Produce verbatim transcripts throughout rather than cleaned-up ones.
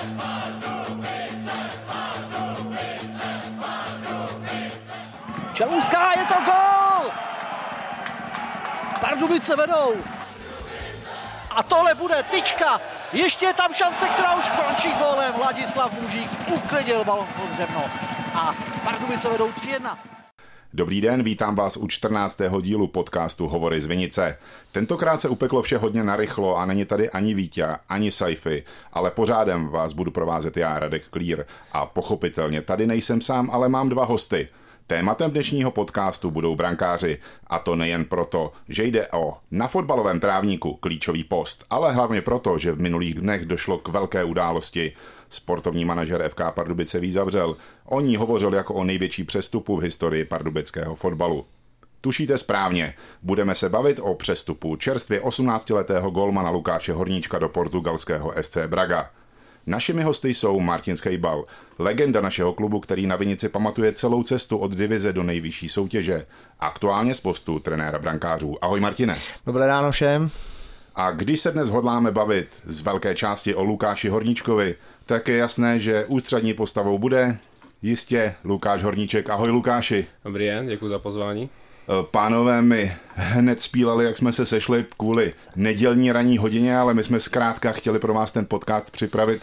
Čelůská, je to gól! Pardubice vedou. A tohle bude tyčka. Ještě je tam šance, která už končí gólem. Ladislav Mužík uklidil balon pod zemno. A Pardubice vedou tři jedna. Dobrý den, vítám vás u čtrnáctého dílu podcastu Hovory z Vinice. Tentokrát se upeklo vše hodně narychlo a není tady ani Vítě, ani Saifi, ale pořádem vás budu provázet já, Radek Klír. A pochopitelně tady nejsem sám, ale mám dva hosty. Tématem dnešního podcastu budou brankáři, a to nejen proto, že jde o na fotbalovém trávníku klíčový post, ale hlavně proto, že v minulých dnech došlo k velké události. Sportovní manažer F K Pardubice Vít Zavřel o ní hovořil jako o největší přestupu v historii pardubického fotbalu. Tušíte správně, budeme se bavit o přestupu čerstvě osmnáctiletého golmana Lukáše Horníčka do portugalského S C Braga. Našimi hosty jsou Martin Schejbal, legenda našeho klubu, který na Vinici pamatuje celou cestu od divize do nejvyšší soutěže. Aktuálně z postu trenéra brankářů. Ahoj Martine. Dobré ráno všem. A když se dnes hodláme bavit z velké části o Lukáši Horníčkovi, tak je jasné, že ústřední postavou bude jistě Lukáš Horníček. Ahoj Lukáši. Dobrý den, děkuji za pozvání. Pánové, my hned spílali, jak jsme se sešli kvůli nedělní ranní hodině, ale my jsme zkrátka chtěli pro vás ten podcast připravit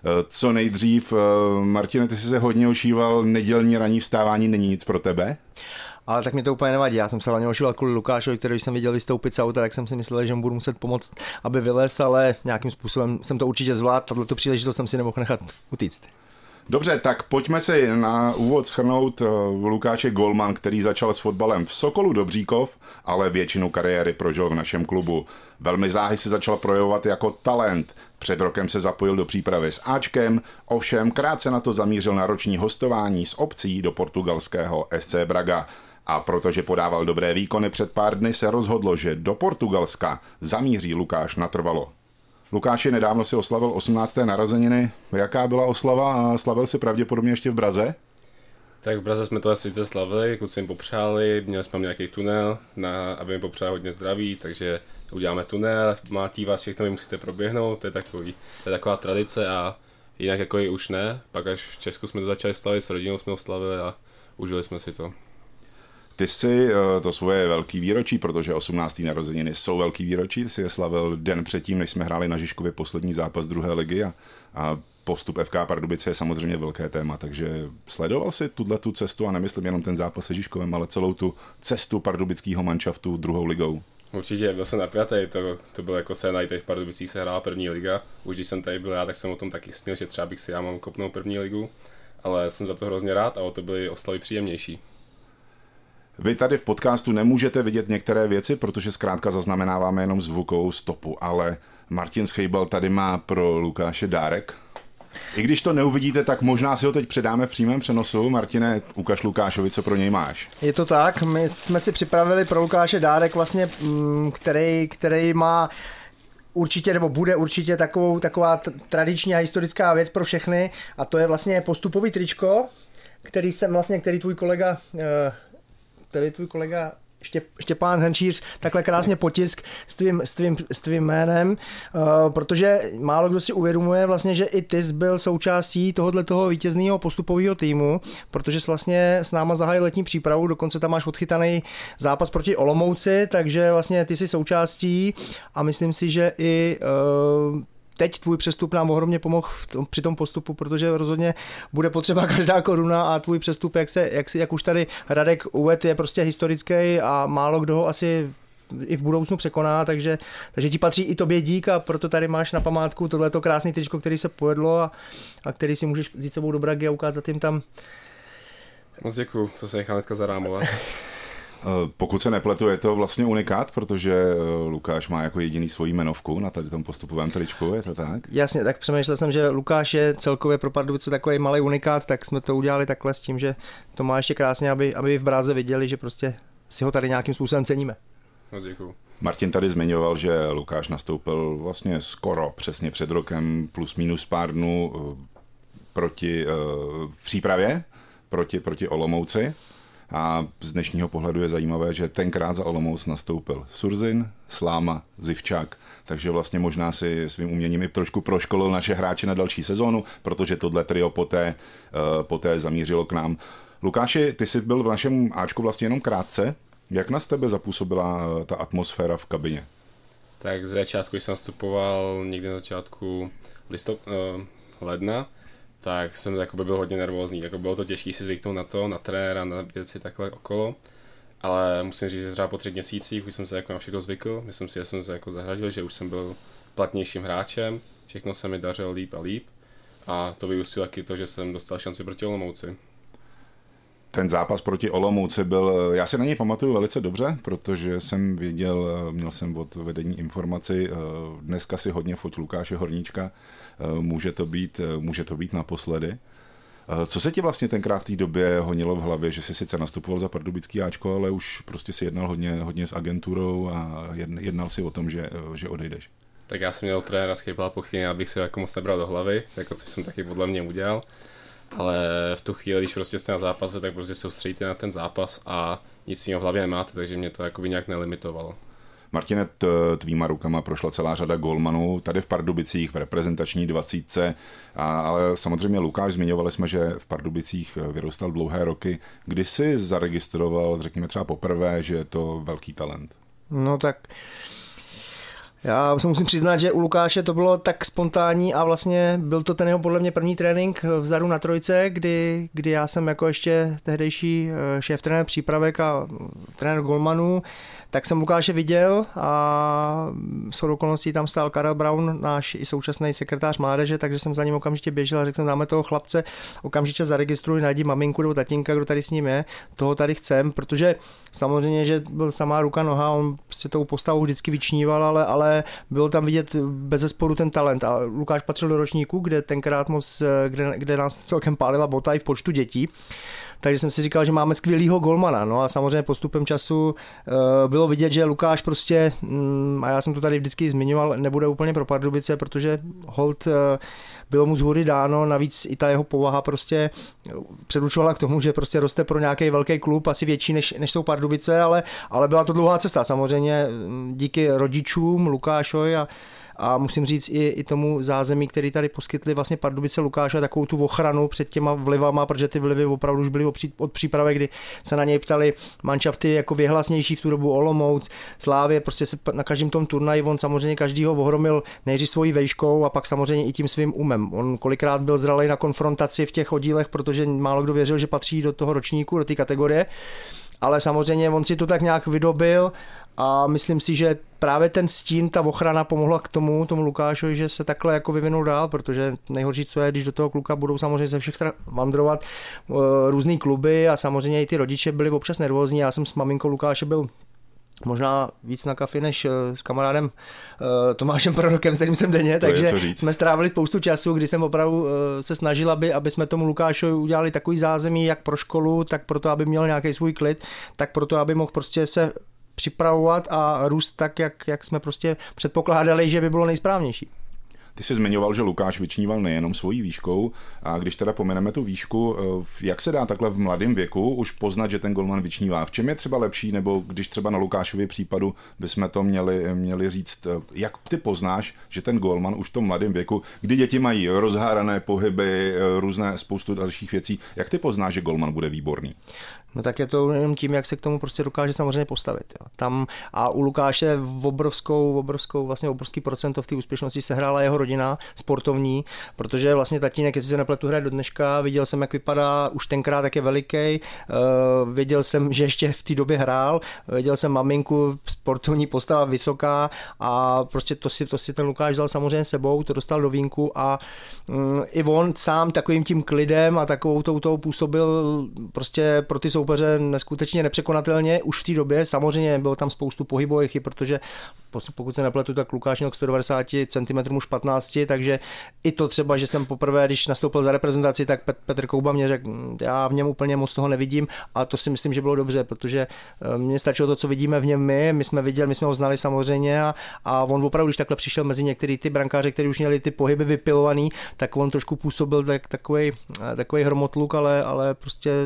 co nejdřív. Martine, ty jsi se hodně ošíval, nedělní ranní vstávání není nic pro tebe? Ale tak mi to úplně nevadí, já jsem se hlavně ošíval kvůli Lukášovi, který jsem viděl vystoupit z auta, tak jsem si myslel, že mu budu muset pomoct, aby vylez, ale nějakým způsobem jsem to určitě zvládl, tato příležitost jsem si nemohl nechat utíct. Dobře, tak pojďme si na úvod shrnout Lukáše golman, který začal s fotbalem v Sokolu Dobříkov, ale většinu kariéry prožil v našem klubu. Velmi záhy se začal projevovat jako talent. Před rokem se zapojil do přípravy s Ačkem, ovšem krátce na to zamířil na roční hostování s opcí do portugalského S C Braga. A protože podával dobré výkony před pár dny, se rozhodlo, že do Portugalska zamíří Lukáš natrvalo. Lukáši, nedávno si oslavil osmnácté narozeniny. Jaká byla oslava a slavil si pravděpodobně ještě v Praze? Tak v Praze jsme to sice slavili, kluci jim popřáli, měli jsme nějaký tunel, na, aby mi popřáli hodně zdraví, takže uděláme tunel, mátí vás všechno, vy musíte proběhnout, to je, takový, to je taková tradice a jinak jako i už ne. Pak až v Česku jsme to začali slavit, s rodinou jsme oslavili a užili jsme si to. Ty jsi to svoje velký výročí, protože osmnácté narozeniny jsou velký výročí, ty jsi je slavil den předtím, než jsme hráli na Žižkově poslední zápas druhé ligy a, a postup F K Pardubice je samozřejmě velké téma, takže sledoval jsi tuto cestu a nemyslím jenom ten zápas se Žižkovem, ale celou tu cestu pardubického manšaftu druhou ligou. Určitě, byl jsem napjatý, to, to bylo jako se najít v Pardubicích se hrála první liga, už když jsem tady byl já, tak jsem o tom taky snil, že třeba bych si já mohl kopnout první ligu, ale jsem za to hrozně rád a o to byly oslavy příjemnější. Vy tady v podcastu nemůžete vidět některé věci, protože zkrátka zaznamenáváme jenom zvukovou stopu, ale Martin Schejbal tady má pro Lukáše dárek. I když to neuvidíte, tak možná si ho teď předáme v přímém přenosu. Martine, ukaž Lukášovi, co pro něj máš. Je to tak, my jsme si připravili pro Lukáše dárek, vlastně, který, který má určitě, nebo bude určitě takovou, taková tradiční a historická věc pro všechny, a to je vlastně postupový tričko, který jsem vlastně, který tvůj kolega... Tady tvůj kolega Štěp, Štěpán Henčíř takhle krásně potisk s tvým, s tvým, s tvým jménem, uh, protože málo kdo si uvědomuje vlastně, že i ty jsi byl součástí tohoto vítězného postupového týmu, protože jsi vlastně s náma zahájil letní přípravu, dokonce tam máš odchytaný zápas proti Olomouci, takže vlastně ty jsi součástí a myslím si, že i uh, teď tvůj přestup nám ohromně pomohl při tom postupu, protože rozhodně bude potřeba každá koruna a tvůj přestup, jak, se, jak, si, jak už tady Radek uvedl, je prostě historický a málo kdo ho asi i v budoucnu překoná, takže, takže ti patří i tobě dík a proto tady máš na památku tohleto krásný tričko, který se povedlo a, a který si můžeš vzít sebou do Bragy a ukázat jim tam. Moc děkuju, co se nechá hnedka zarámovat. Pokud se nepletu, je to vlastně unikát, protože Lukáš má jako jediný svoji jmenovku na tady tom postupovém tričku, je to tak? Jasně, tak přemýšlel jsem, že Lukáš je celkově pro Pardubice takový malý unikát, tak jsme to udělali takhle s tím, že to má ještě krásně, aby, aby v Bráze viděli, že prostě si ho tady nějakým způsobem ceníme. Moc děkuju. Martin tady zmiňoval, že Lukáš nastoupil vlastně skoro přesně před rokem plus minus pár dnů proti uh, v přípravě, proti, proti Olomouci. A z dnešního pohledu je zajímavé, že tenkrát za Olomouc nastoupil Surzin, Sláma, Zivčák, takže vlastně možná si svým uměním i trošku proškolil naše hráče na další sezónu, protože tohle trio poté, poté zamířilo k nám. Lukáši, ty jsi byl v našem Ačku vlastně jenom krátce. Jak na tebe zapůsobila ta atmosféra v kabině? Tak z začátku, když jsem nastupoval někdy na začátku listop, uh, ledna, tak jsem jakoby byl hodně nervózní. Jako bylo to těžké si zvyknout na to, na trenéra, na věci takhle okolo. Ale musím říct, že třeba po třech měsících už jsem se jako na všechno zvykl. Myslím si, že jsem se jako zahradil, že už jsem byl platnějším hráčem. Všechno se mi dařilo líp a líp. A to vyústilo taky to, že jsem dostal šanci proti Olomouci. Ten zápas proti Olomouci byl, já si na něj pamatuju velice dobře, protože jsem věděl, měl jsem od vedení informaci, dneska si hodně foť Lukáše Horníčka, může to být, může to být naposledy. Co se ti vlastně tenkrát v té době honilo v hlavě, že jsi sice nastupoval za pardubický Ačko, ale už prostě si jednal hodně, hodně s agenturou a jednal si o tom, že, že odejdeš? Tak já jsem měl trenéra Skejpala pochybně, abych si jako moc nebral do hlavy, jako což jsem taky podle mě udělal. Ale v tu chvíli, když prostě jste na zápase, tak prostě soustředíte na ten zápas a nic jiného v hlavě nemáte, takže mě to jakoby nějak nelimitovalo. Martine, tvýma rukama prošla celá řada golmanů tady v Pardubicích, v reprezentační dvacítce, ale samozřejmě Lukáš, zmiňovali jsme, že v Pardubicích vyrůstal dlouhé roky. Kdy jsi zaregistroval, řekněme třeba poprvé, že je to velký talent? No tak... Já se musím přiznat, že u Lukáše to bylo tak spontánní a vlastně byl to ten jeho podle mě první trénink vzadu na trojce, kdy, kdy já jsem jako ještě tehdejší šéf trenér přípravek a trenér golmanů, tak jsem Lukáše viděl a shodou okolností tam stál Karel Braun, náš i současný sekretář mládeže, takže jsem za ním okamžitě běžel a řekl jsem, dáme toho chlapce, okamžitě zaregistruj, najdi maminku nebo tatínka, kdo tady s ním je, toho tady chcem, protože samozřejmě, že byl samá ruka, noha, on si tou postavou vždycky vyčníval, ale, ale bylo tam vidět bezesporu ten talent a Lukáš patřil do ročníku, kde tenkrát moc, kde, kde nás celkem pálila bota i v počtu dětí. Takže jsem si říkal, že máme skvělýho golmana. No a samozřejmě postupem času uh, bylo vidět, že Lukáš prostě, um, a já jsem to tady vždycky zmiňoval, nebude úplně pro Pardubice, protože hold uh, bylo mu z hůry dáno, navíc i ta jeho povaha prostě předurčovala k tomu, že prostě roste pro nějaký velký klub, asi větší než, než jsou Pardubice, ale, ale byla to dlouhá cesta. Samozřejmě díky rodičům, Lukášovi a A musím říct i, i tomu zázemí, který tady poskytli vlastně Pardubice Lukáša, takovou tu ochranu před těma vlivama, protože ty vlivy opravdu už byly od přípravy, kdy se na něj ptali manšafty jako věhlasnější v tu dobu Olomouc, Slávě, prostě se na každém tom turnaji on samozřejmě každýho ohromil nejdřív svojí vejškou a pak samozřejmě i tím svým umem. On kolikrát byl zralej na konfrontaci v těch oddílech, protože málo kdo věřil, že patří do toho ročníku, do té kategorie, ale samozřejmě on si to tak nějak vydobil. A myslím si, že právě ten stín, ta ochrana pomohla k tomu, tomu Lukášovi, že se takhle jako vyvinul dál, protože nejhorší, co je, když do toho kluka budou samozřejmě ze všech stran vandrovat uh, různý kluby a samozřejmě i ty rodiče byli občas nervózní. Já jsem s maminkou Lukáše byl možná víc na kafi než s kamarádem uh, Tomášem Prorokem, s kterým jsem denně, takže jsme strávili spoustu času, kdy jsem opravdu uh, se snažil, aby, aby jsme tomu Lukášovi udělali takový zázemí, jak pro školu, tak pro to, aby měl nějaký svůj klid, tak pro to, aby mohl prostě se připravovat a růst tak, jak, jak jsme prostě předpokládali, že by bylo nejsprávnější. Ty jsi zmiňoval, že Lukáš vyčníval nejenom svojí výškou a když teda pomeneme tu výšku, jak se dá takhle v mladém věku už poznat, že ten golman vyčnívá? V čem je třeba lepší, nebo když třeba na Lukášově případu bychom to měli, měli říct, jak ty poznáš, že ten golman už v tom mladém věku, kdy děti mají rozhárané pohyby, různé spoustu dalších věcí, jak ty poznáš, že golman bude výborný? No tak je to jenom tím, jak se k tomu prostě dokáže samozřejmě postavit. Jo. Tam a u Lukáše v obrovskou, obrovskou, vlastně obrovský procento v té úspěšnosti sehrála jeho rodina sportovní, protože vlastně tatínek, jestli se nepletu, hraje do dneška, viděl jsem, jak vypadá, už tenkrát jak je veliký, uh, věděl jsem, že ještě v té době hrál, viděl jsem maminku, sportovní postava vysoká a prostě to si, to si ten Lukáš vzal samozřejmě sebou, to dostal do vínku a um, i on sám takovým tím klidem a takovou tou, tou působil prostě pro ty soupeře neskutečně nepřekonatelně už v té době. Samozřejmě bylo tam spoustu pohybových chyb, protože pokud se nepletu, tak Lukáš měl k sto devadesát centimetrů už patnáct, takže i to třeba, že jsem poprvé, když nastoupil za reprezentaci, tak Petr Kouba mě řekl, já v něm úplně moc toho nevidím a to si myslím, že bylo dobře, protože mně stačilo to, co vidíme v něm my, my jsme viděli, my jsme ho znali samozřejmě a, a on opravdu, když takhle přišel mezi některý ty brankáře, kteří už měli ty pohyby vypilovaný, tak on trošku působil tak, takovej, takovej hromotluk, ale, ale prostě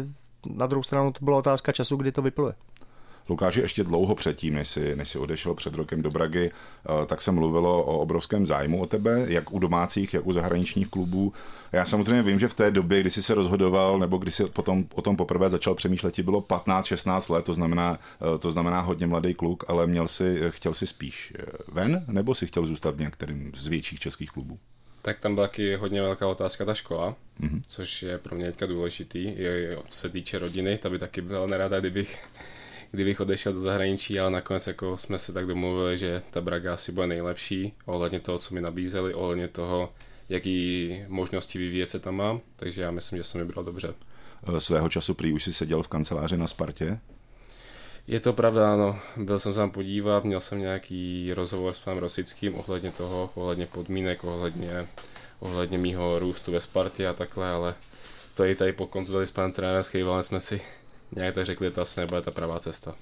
na druhou stranu to byla otázka času, kdy to vypluje. Lukáši, ještě dlouho předtím, než jsi, než jsi odešel před rokem do Bragy, tak se mluvilo o obrovském zájmu o tebe, jak u domácích, jak u zahraničních klubů. Já samozřejmě vím, že v té době, kdy jsi se rozhodoval, nebo kdy jsi potom o tom poprvé začal přemýšlet, ti bylo patnáct šestnáct let, to znamená, to znamená hodně mladý kluk, ale měl si, chtěl si spíš ven, nebo si chtěl zůstat v některým z větších českých klubů? Tak tam byla taky hodně velká otázka ta škola, mm-hmm. což je pro mě teďka důležitý, i co se týče rodiny, ta by taky byla nerada, kdybych kdybych odešel do zahraničí, ale nakonec jako jsme se tak domluvili, že ta Braga asi bude nejlepší, ohledně toho, co mi nabízeli, ohledně toho, jaký možnosti vyvíjet se tam mám, takže já myslím, že jsem vybral dobře. Svého času prý už si seděl v kanceláři na Spartě? Je to pravda, ano. Byl jsem se tam podívat, měl jsem nějaký rozhovor s panem Rosickým ohledně toho, ohledně podmínek, ohledně, ohledně mýho růstu ve Spartě a takhle, ale to i tady po konzultaci s panem trenérem Skejvalem jsme si nějak tak řekli, že to asi nebude ta pravá cesta.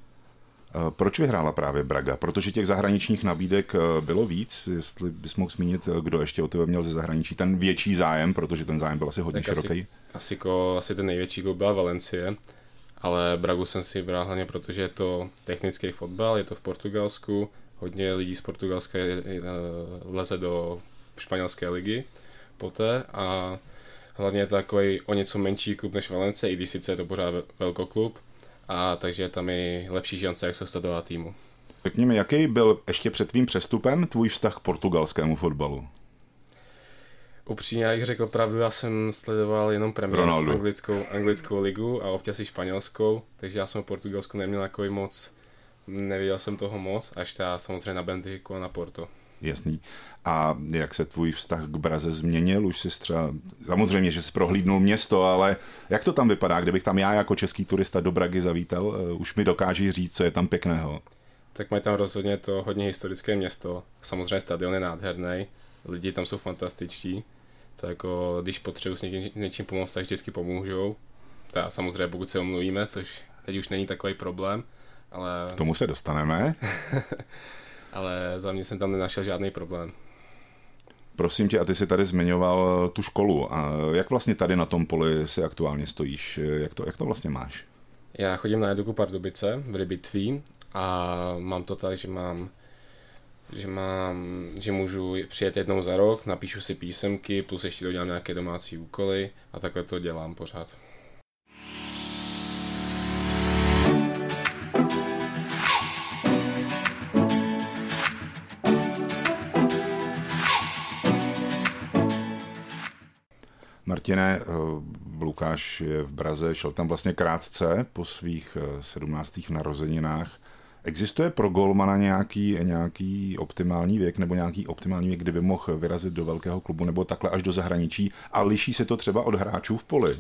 Proč vyhrála právě Braga? Protože těch zahraničních nabídek bylo víc, jestli bys mohl zmínit, kdo ještě o tebe měl ze zahraničí ten větší zájem, protože ten zájem byl asi hodně tak široký. Asi, asi, ko, asi ten největší klub byla Valencie, ale Bragu jsem si vybral hlavně, protože je to technický fotbal, je to v Portugalsku, hodně lidí z Portugalska je, je, leze do španělské ligy poté a hlavně je to takový o něco menší klub než Valence, i když sice je to pořád velkoklub, a takže je tam i lepší šance, jak se dostat do týmu. Řekni mi, jaký byl ještě před tvým přestupem tvůj vztah k portugalskému fotbalu? Upřímně, jak řekl pravdu, já jsem sledoval jenom Premier, anglickou, anglickou ligu a občas i španělskou, takže já jsem v Portugalsku neměl takový moc, nevěděl jsem toho moc, až ta samozřejmě na Benfiku a na Porto. Jasný. A jak se tvůj vztah k Braze změnil? Už jsi třeba, samozřejmě, že jsi prohlídnul město, ale jak to tam vypadá? Kdybych tam já jako český turista do Bragy zavítal, už mi dokážeš říct, co je tam pěkného? Tak mají tam rozhodně to hodně historické město. Samozřejmě stadion je nádherný, lidi tam jsou fantastičtí. To jako, když potřebuji s někým, něčím pomoct, tak vždycky pomůžou. Ta samozřejmě pokud se omluvíme, což teď už není takový problém, ale... K tomu se dostaneme. Ale za mě jsem tam nenašel žádný problém. Prosím tě, a ty jsi tady zmiňoval tu školu. A jak vlastně tady na tom poli si aktuálně stojíš? Jak to, jak to vlastně máš? Já chodím na Eduku Pardubice v Rybitví a mám to tak, že mám, že mám, že můžu přijet jednou za rok, napíšu si písemky, plus ještě dodělám nějaké domácí úkoly a takhle to dělám pořád. Martine, Lukáš je v Braze, šel tam vlastně krátce po svých sedmnáctých narozeninách. Existuje pro golmana nějaký, nějaký optimální věk nebo nějaký optimální věk, kdyby mohl vyrazit do velkého klubu nebo takhle až do zahraničí a liší se to třeba od hráčů v poli?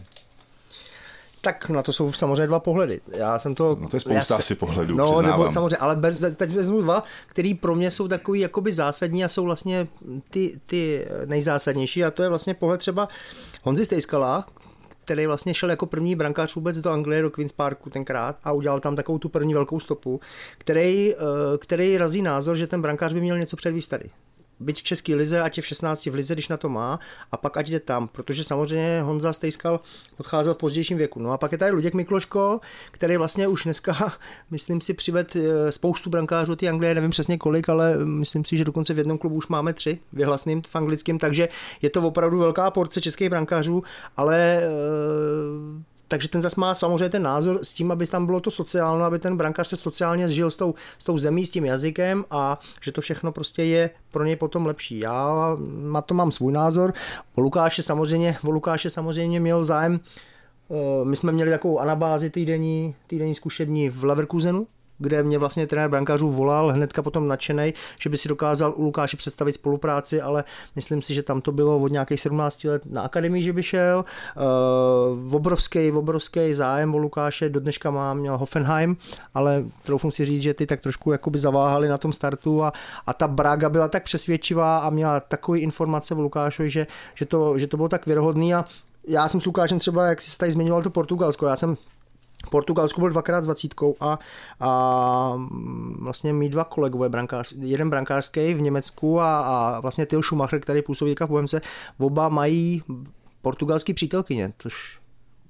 Tak na to jsou samozřejmě dva pohledy. Já jsem to... No to je spousta asi pohledů, no, přiznávám. Nebo, samozřejmě, ale bez, bez, teď vezmu dva, který pro mě jsou takový jakoby zásadní a jsou vlastně ty, ty nejzásadnější a to je vlastně pohled třeba Honzy Stejskala, který vlastně šel jako první brankář vůbec do Anglie, do Queen's Parku tenkrát a udělal tam takovou tu první velkou stopu, který, který razí názor, že ten brankář by měl něco předvíst tady. Byť v české lize, ať je v šestnácti v lize, když na to má, a pak ať jde tam, protože samozřejmě Honza Stejskal odcházel v pozdějším věku. No a pak je tady Luděk Mikloško, který vlastně už dneska, myslím si, přived spoustu brankářů té Anglie, nevím přesně kolik, ale myslím si, že dokonce v jednom klubu už máme tři vyhlasným v anglickém, takže je to opravdu velká porce českých brankářů, ale... Takže ten zase má samozřejmě ten názor s tím, aby tam bylo to sociálno, aby ten brankář se sociálně zžil s tou, s tou zemí, s tím jazykem a že to všechno prostě je pro něj potom lepší. Já na to mám svůj názor. O Lukáše samozřejmě, o Lukáše samozřejmě měl zájem. My jsme měli takovou anabázi týdenní, týdenní zkušební v Leverkusenu, kde mě vlastně trenér brankářů volal hnedka potom nadšenej, že by si dokázal u Lukáše představit spolupráci, ale myslím si, že tam to bylo od nějakých sedmnácti let na akademii, že by šel. Uh, obrovský, obrovský zájem o Lukáše do dneška má, měl Hoffenheim, ale troufnu si říct, že ty tak trošku jakoby zaváhali na tom startu a, a ta Braga byla tak přesvědčivá a měla takové informace o Lukášovi, že, že, to, že to bylo tak věrohodný a já jsem s Lukášem třeba, jak jsi tady zmiňoval to Portugalsko, já jsem v Portugalsku byl dvakrát s dvacítkou a, a vlastně mý dva kolegové brankář, jeden brankářský v Německu a, a vlastně Till Schumacher, který působí v Bohemce, oba mají portugalský přítelkyně, což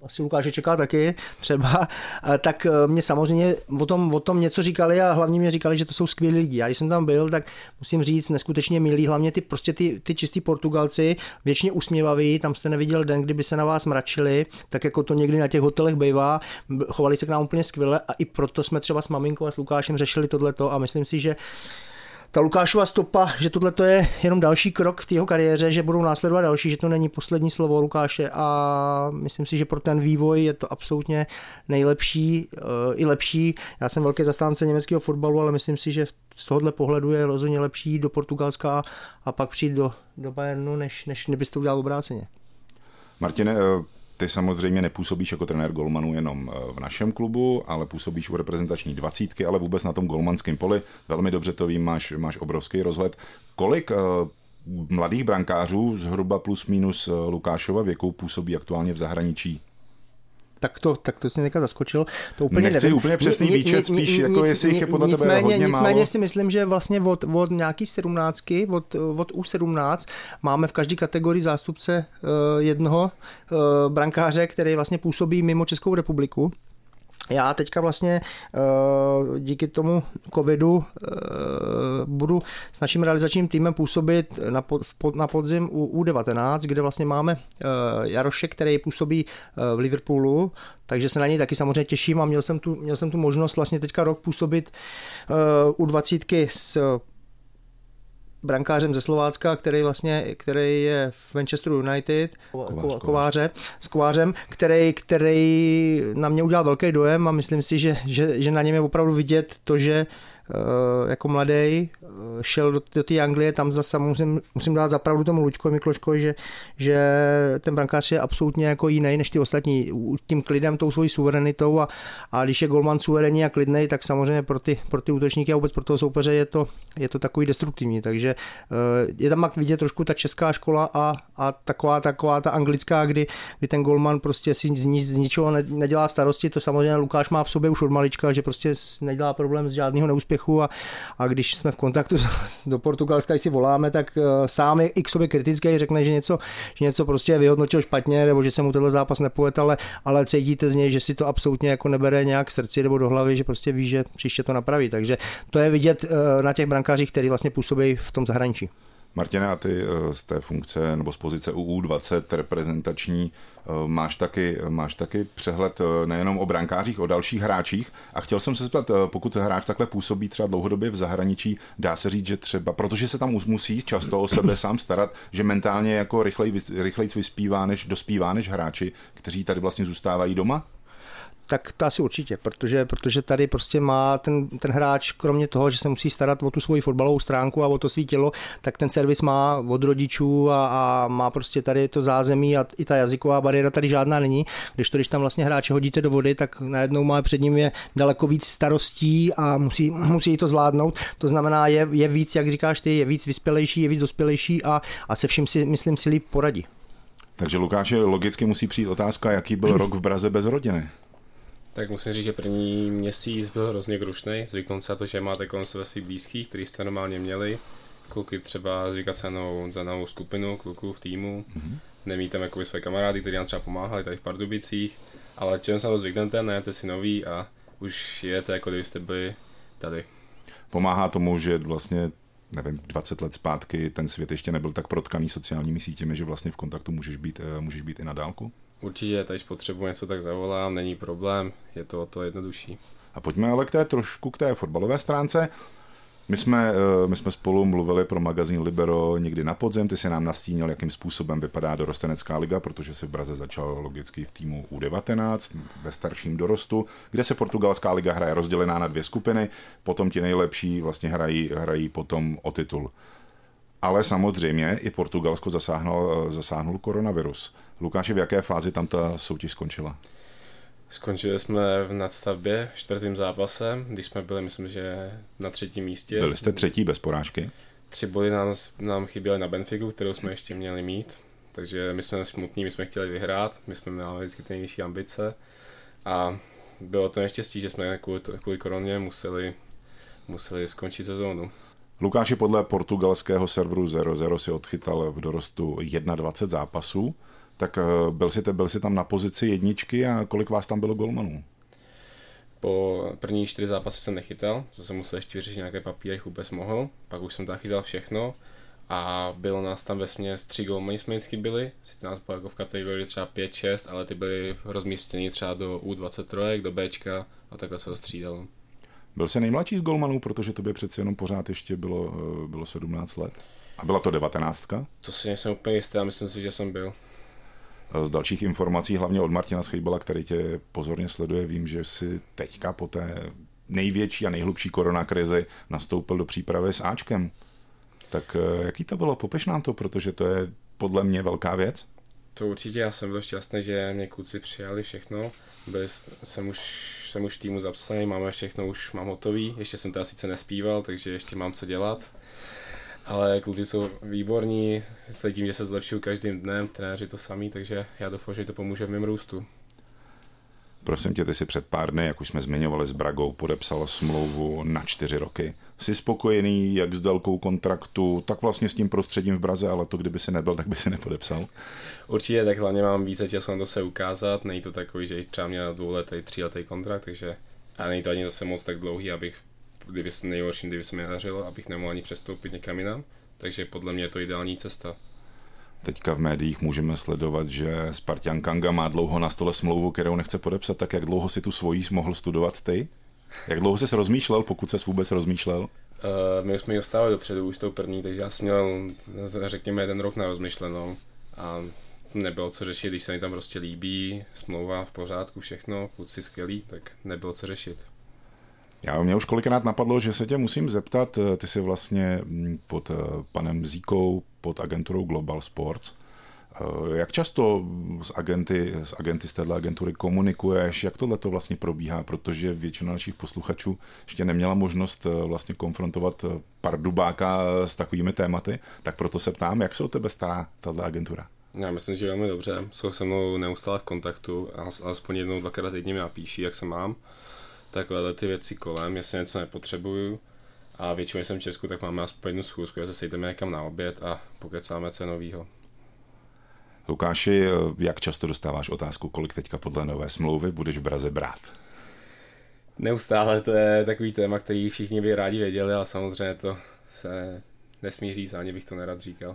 asi Lukáše čeká taky třeba, tak mě samozřejmě o tom, o tom něco říkali a hlavně mě říkali, že to jsou skvělí lidi. Já když jsem tam byl, tak musím říct, neskutečně milí, hlavně ty prostě ty, ty čistí Portugalci, věčně usměvaví, tam jste neviděl den, kdyby se na vás mračili, tak jako to někdy na těch hotelech bývá, chovali se k nám úplně skvěle a i proto jsme třeba s maminkou a s Lukášem řešili tohleto a myslím si, že ta Lukášova stopa, že tohle je jenom další krok v té jeho kariéře, že budou následovat další, že to není poslední slovo Lukáše a myslím si, že pro ten vývoj je to absolutně nejlepší i lepší. Já jsem velký zastánce německého fotbalu, ale myslím si, že z tohohle pohledu je rozhodně lepší do Portugalska a pak přijít do, do Bayernu, než, než nebyste to udělal obráceně. Martine, ty samozřejmě nepůsobíš jako trenér golmanů jenom v našem klubu, ale působíš u reprezentační dvacítky, ale vůbec na tom golmanském poli. Velmi dobře to vím, máš, máš obrovský rozhled. Kolik uh, mladých brankářů, zhruba plus minus Lukášova věku, působí aktuálně v zahraničí? Tak to, tak to jsi někde zaskočil. To úplně Nechci nevím. úplně přesný výčet, spíš nic, jako jestli jich je podle nicméně, tebe hodně nicméně málo. si myslím, že vlastně od, od nějaký sedmnáctky, od, od U sedmnáct máme v každé kategorii zástupce uh, jednoho uh, brankáře, který vlastně působí mimo Českou republiku. Já teďka vlastně díky tomu covidu budu s naším realizačním týmem působit na, pod, na podzim u U devatenáct, kde vlastně máme Jaroše, který působí v Liverpoolu, takže se na něj taky samozřejmě těším a měl jsem tu, měl jsem tu možnost vlastně teďka rok působit u dvacítky s brankářem ze Slovácka, který vlastně, který je v Manchesteru United, Kovář, Kováře, s Kovářem, který, který na mě udělal velký dojem a myslím si, že, že, že na něm je opravdu vidět to, že jako mladý šel do, do té Anglie, tam zase musím, musím dát zapravdu tomu Luďkovi Mikloškovi, že, že ten brankář je absolutně jako jiný než ty ostatní. Tím klidem, tou svojí suverenitou a, a když je golman suverénní a klidnej, tak samozřejmě pro ty, pro ty útočníky a vůbec pro toho soupeře je to, je to takový destruktivní. Takže je tam vidět trošku ta česká škola a, a taková, taková ta anglická, kdy, kdy ten golman prostě si z, z ničeho nedělá starosti. To samozřejmě Lukáš má v sobě už od malička, že prostě nedělá problém z žádného neúspěchu. A, a když jsme v kontaktu do Portugalska, když si voláme, tak uh, sám je i k sobě kritický, řekne, že něco, že něco prostě vyhodnotil špatně, nebo že se mu tenhle zápas nepovedl, ale, ale cítíte z něj, že si to absolutně jako nebere nějak k srdci nebo do hlavy, že prostě ví, že příště to napraví. Takže to je vidět uh, na těch brankářích, kteří vlastně působí v tom zahraničí. Martina, a ty z té funkce nebo z pozice u U dvacet reprezentační máš taky, máš taky přehled nejenom o brankářích, o dalších hráčích a chtěl jsem se zeptat, pokud hráč takhle působí třeba dlouhodobě v zahraničí, dá se říct, že třeba, protože se tam musí často o sebe sám starat, že mentálně jako rychleji, rychleji vyspívá než dospívá než hráči, kteří tady vlastně zůstávají doma? Tak to asi určitě, protože, protože tady prostě má ten, ten hráč, kromě toho, že se musí starat o tu svoji fotbalovou stránku a o to svý tělo, tak ten servis má od rodičů a, a má prostě tady to zázemí a i ta jazyková bariéra tady žádná není. Když to, když tam vlastně hráče hodíte do vody, tak najednou má před ním je daleko víc starostí a musí, musí to zvládnout. To znamená, je, je víc, jak říkáš ty, je víc vyspělejší, je víc dospělejší a, a se vším si, myslím, si líp poradí. Takže Lukáši, logicky musí přijít otázka, jaký byl rok v Praze bez rodiny. Tak musím říct, že první měsíc byl hrozně krušnej, zvyknout se na to, že máte kolem sebe svých blízkých, který jste normálně měli, kluky třeba zvykat se za novou skupinu, kluků v týmu, mm-hmm. nemít tam jakoby své kamarády, kteří nám třeba pomáhali tady v Pardubicích, ale čem se na to zvyknete, najete si nový a už jedete, jako kdybyste byli tady. Pomáhá tomu, že vlastně nevím, dvacet let zpátky ten svět ještě nebyl tak protkaný sociálními sítěmi, že vlastně v kontaktu můžeš být, můžeš být i na dálku? Určitě, když potřebuji něco, tak zavolám, není problém, je to o to jednodušší. A pojďme ale k té trošku k té fotbalové stránce. My jsme, my jsme spolu mluvili pro magazín Libero někdy na podzim, ty si nám nastínil, jakým způsobem vypadá dorostenecká liga, protože si v Praze začal logicky v týmu U devatenáct, ve starším dorostu, kde se portugalská liga hraje rozdělená na dvě skupiny, potom ti nejlepší vlastně hrají, hrají potom o titul. Ale samozřejmě i Portugalsko zasáhnul, zasáhnul koronavirus. Lukáši, v jaké fázi tam ta soutěž skončila? Skončili jsme v nadstavbě čtvrtým zápasem, když jsme byli, myslím, že na třetím místě. Byli jste třetí bez porážky? Tři body nám, nám chyběly na Benfiku, kterou jsme ještě měli mít. Takže my jsme smutní, my jsme chtěli vyhrát, my jsme měli vždycky ty nejvyšší ambice. A bylo to neštěstí, že jsme kvůli, kvůli koroně museli, museli skončit sezónu. Lukáši, podle portugalského serveru zero zero si odchytal v dorostu dvacet jedna zápasů. Tak byl jsi, byl jsi tam na pozici jedničky a kolik vás tam bylo golmanů? Po první čtyři zápasy jsem nechytal, co jsem musel ještě vyřešit nějaké papíry, vůbec mohl, pak už jsem tam chytal všechno a bylo nás tam vesměs tři golmani jsme vždycky byli, sice nás bylo jako v kategorii třeba pět šest, ale ty byly rozmístěny třeba do U dvacet tři, do Bčka a takhle se to střídalo. Byl jsi nejmladší z golmanů, protože tobě přeci jenom pořád ještě bylo, bylo sedmnáct let? A byla to devatenáctka? To si nejsem úplně jistý, a myslím si, že jsem byl. Z dalších informací, hlavně od Martina Schejbala, který tě pozorně sleduje, vím, že si teďka po té největší a nejhlubší koronakrizi nastoupil do přípravy s Ačkem. Tak jaký to bylo? Popiš nám to, protože to je podle mě velká věc. To určitě, já jsem byl šťastný, že mě kluci přijali všechno. Byli, jsem, už, jsem už týmu zapsaný, máme všechno, už mám hotový. Ještě jsem teda sice nespíval, takže ještě mám co dělat. Ale kluci jsou výborní, sledím, že se zlepšují každým dnem, trenéři to samý, takže já doufám, že to pomůže v mém růstu. Prosím tě, ty si před pár dny, jak už jsme zmiňovali s Bragou, podepsal smlouvu na čtyři roky. Jsi spokojený jak s délkou kontraktu, tak vlastně s tím prostředím v Praze, ale to kdyby si nebyl, tak by si nepodepsal? Určitě, tak hlavně mám více času na to se ukázat, není to takový, že třeba měl dvouletý, tříletý kontrakt, takže a není to ani zase moc tak dlouhý, abych, kdyby se nejhorším, kdyby se mi nedařilo, abych nemohl ani přestoupit někam jinam, takže podle mě je to ideální cesta. Teďka v médiích můžeme sledovat, že Spartan Kanga má dlouho na stole smlouvu, kterou nechce podepsat, tak jak dlouho si tu svojí mohl studovat ty? Jak dlouho jsi rozmýšlel, pokud ses vůbec rozmýšlel? Uh, my jsme ji dostávali dopředu už s tou první, takže já jsem měl, řekněme, jeden rok na rozmyšlenou a nebylo co řešit, když se mi tam prostě líbí, smlouva v pořádku, všechno, kluci skvělí, tak nebylo co řešit. Já mě už kolikrát napadlo, že se tě musím zeptat, ty jsi vlastně pod panem Zíkou, pod agenturou Global Sports. Jak často s agenty, s agenty z této agentury komunikuješ, jak tohle to vlastně probíhá, protože většina našich posluchačů ještě neměla možnost vlastně konfrontovat Pardubáka s takovými tématy, tak proto se ptám, jak se o tebe stará tato agentura? Já myslím, že velmi dobře, jsou se mnou neustále v kontaktu, alespoň jednou, dvakrát týdně mě napíší, jak se mám. Takové ty věci kolem, jestli něco nepotřebuju a většinou, když jsem v Česku, tak máme aspoň jednu schůzku, že se sejdeme někam na oběd a pokecáme co novýho. Lukáši, jak často dostáváš otázku, kolik teďka podle nové smlouvy budeš v Praze brát? Neustále, to je takový téma, který všichni by rádi věděli, ale samozřejmě to se nesmí říct, ani bych to nerad říkal.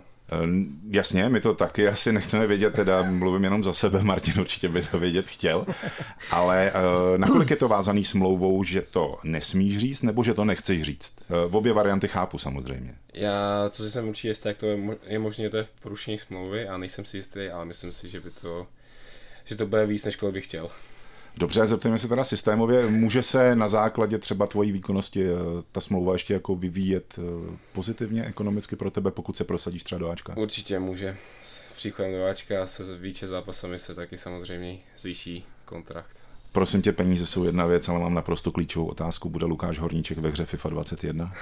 Jasně, my to taky asi nechceme vědět, teda mluvím jenom za sebe, Martin určitě by to vědět chtěl, ale uh, nakolik je to vázaný smlouvou, že to nesmíš říct, nebo že to nechceš říct? Uh, obě varianty chápu samozřejmě. Já, co si jsem určitě jistý, tak to je, je možné, to je v porušení smlouvy a nejsem si jistý, ale myslím si, že by to, že to bude víc, než kolik bych chtěl. Dobře, zeptejme se teda systémově. Může se na základě třeba tvojí výkonnosti ta smlouva ještě jako vyvíjet pozitivně ekonomicky pro tebe, pokud se prosadíš třeba do Ačka? Určitě může. S příchodem do Ačka se více zápasami se taky samozřejmě zvýší kontrakt. Prosím tě, peníze jsou jedna věc, ale mám naprosto klíčovou otázku. Bude Lukáš Horníček ve hře FIFA dvacet jedna?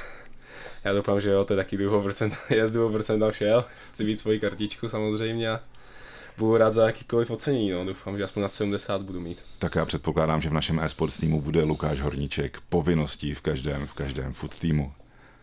Já doufám, že jo, to je taky dvou procent, já z dvou procent tam šel. Chci být svoji kartičku samozřejmě a budu rád za jakýkoliv ocenění, no. Doufám, že aspoň na sedmdesát budu mít. Tak já předpokládám, že v našem e-sports týmu bude Lukáš Horníček povinností v každém, v každém foot týmu.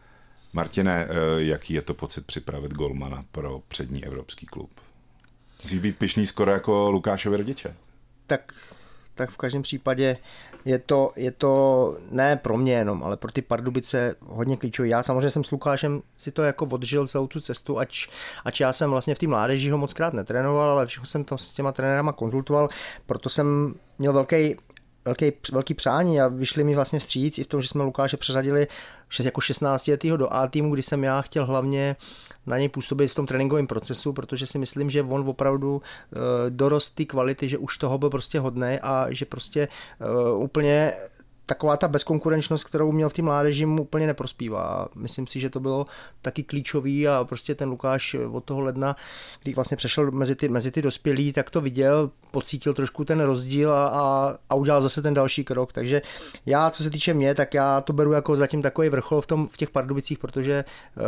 Martine, jaký je to pocit připravit golmana pro přední evropský klub? Musíš být pyšný skoro jako Lukášovi rodiče. Tak, tak v každém případě je to, je to ne pro mě jenom, ale pro ty Pardubice hodně klíčový. Já samozřejmě jsem s Lukášem si to jako odžil celou tu cestu, ač, ač já jsem vlastně v té mládeži ho moc krát netrénoval, ale všechno jsem to s těma trenérama konzultoval, proto jsem měl velký Velký, velký přání a vyšli mi vlastně vstříc i v tom, že jsme Lukáše přeřadili jako šestnáctiletýho do A týmu, kdy jsem já chtěl hlavně na něj působit v tom tréninkovém procesu, protože si myslím, že on opravdu dorost ty kvality, že už toho byl prostě hodnej a že prostě úplně taková ta bezkonkurenčnost, kterou měl v té mládeži, mu úplně neprospívá. Myslím si, že to bylo taky klíčový a prostě ten Lukáš od toho ledna, když vlastně přešel mezi ty, mezi ty dospělí, tak to viděl, pocítil trošku ten rozdíl a, a, a udělal zase ten další krok. Takže já, co se týče mě, tak já to beru jako zatím takový vrchol v, tom, v těch Pardubicích, protože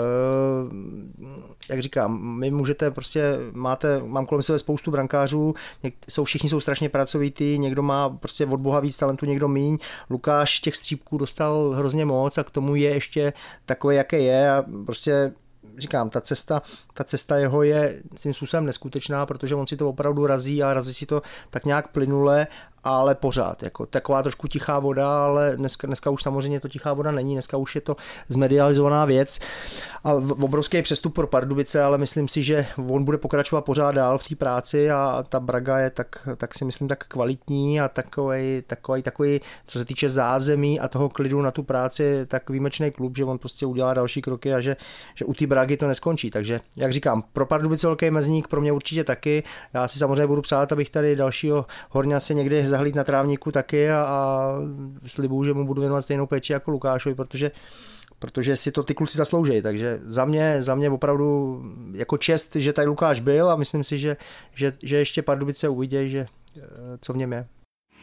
uh, jak říkám, my můžete prostě, máte, mám kolem sebe spoustu brankářů, něk, jsou, všichni jsou strašně pracovitý, někdo má prostě od boha víc talentu, někdo míň. Lukáš těch střípků dostal hrozně moc a k tomu je ještě takový, jaký je a prostě říkám, ta cesta, ta cesta jeho je svým způsobem neskutečná, protože on si to opravdu razí a razí si to tak nějak plynule, ale pořád, jako taková trošku tichá voda, ale dneska, dneska už samozřejmě to tichá voda není, dneska už je to zmedializovaná věc a obrovský přestup pro Pardubice, ale myslím si, že on bude pokračovat pořád dál v té práci a ta Braga je tak, tak si myslím tak kvalitní a takovej, takovej, takový, co se týče zázemí a toho klidu na tu práci, tak výjimečný klub, že on prostě udělá další kroky a že, že u té Bragy to neskončí, takže jak říkám, pro Pardubice velký mezník, pro mě určitě taky, já si samozřejmě budu přát, abych tady dalšího Horňase někdy zahlíd na trávníku taky a, a slibuju, že mu budu věnovat stejnou péči jako Lukášovi, protože, protože si to ty kluci zaslouží. Takže za mě, za mě opravdu jako čest, že tady Lukáš byl a myslím si, že, že, že ještě Pardubice uvidí, že co v něm je.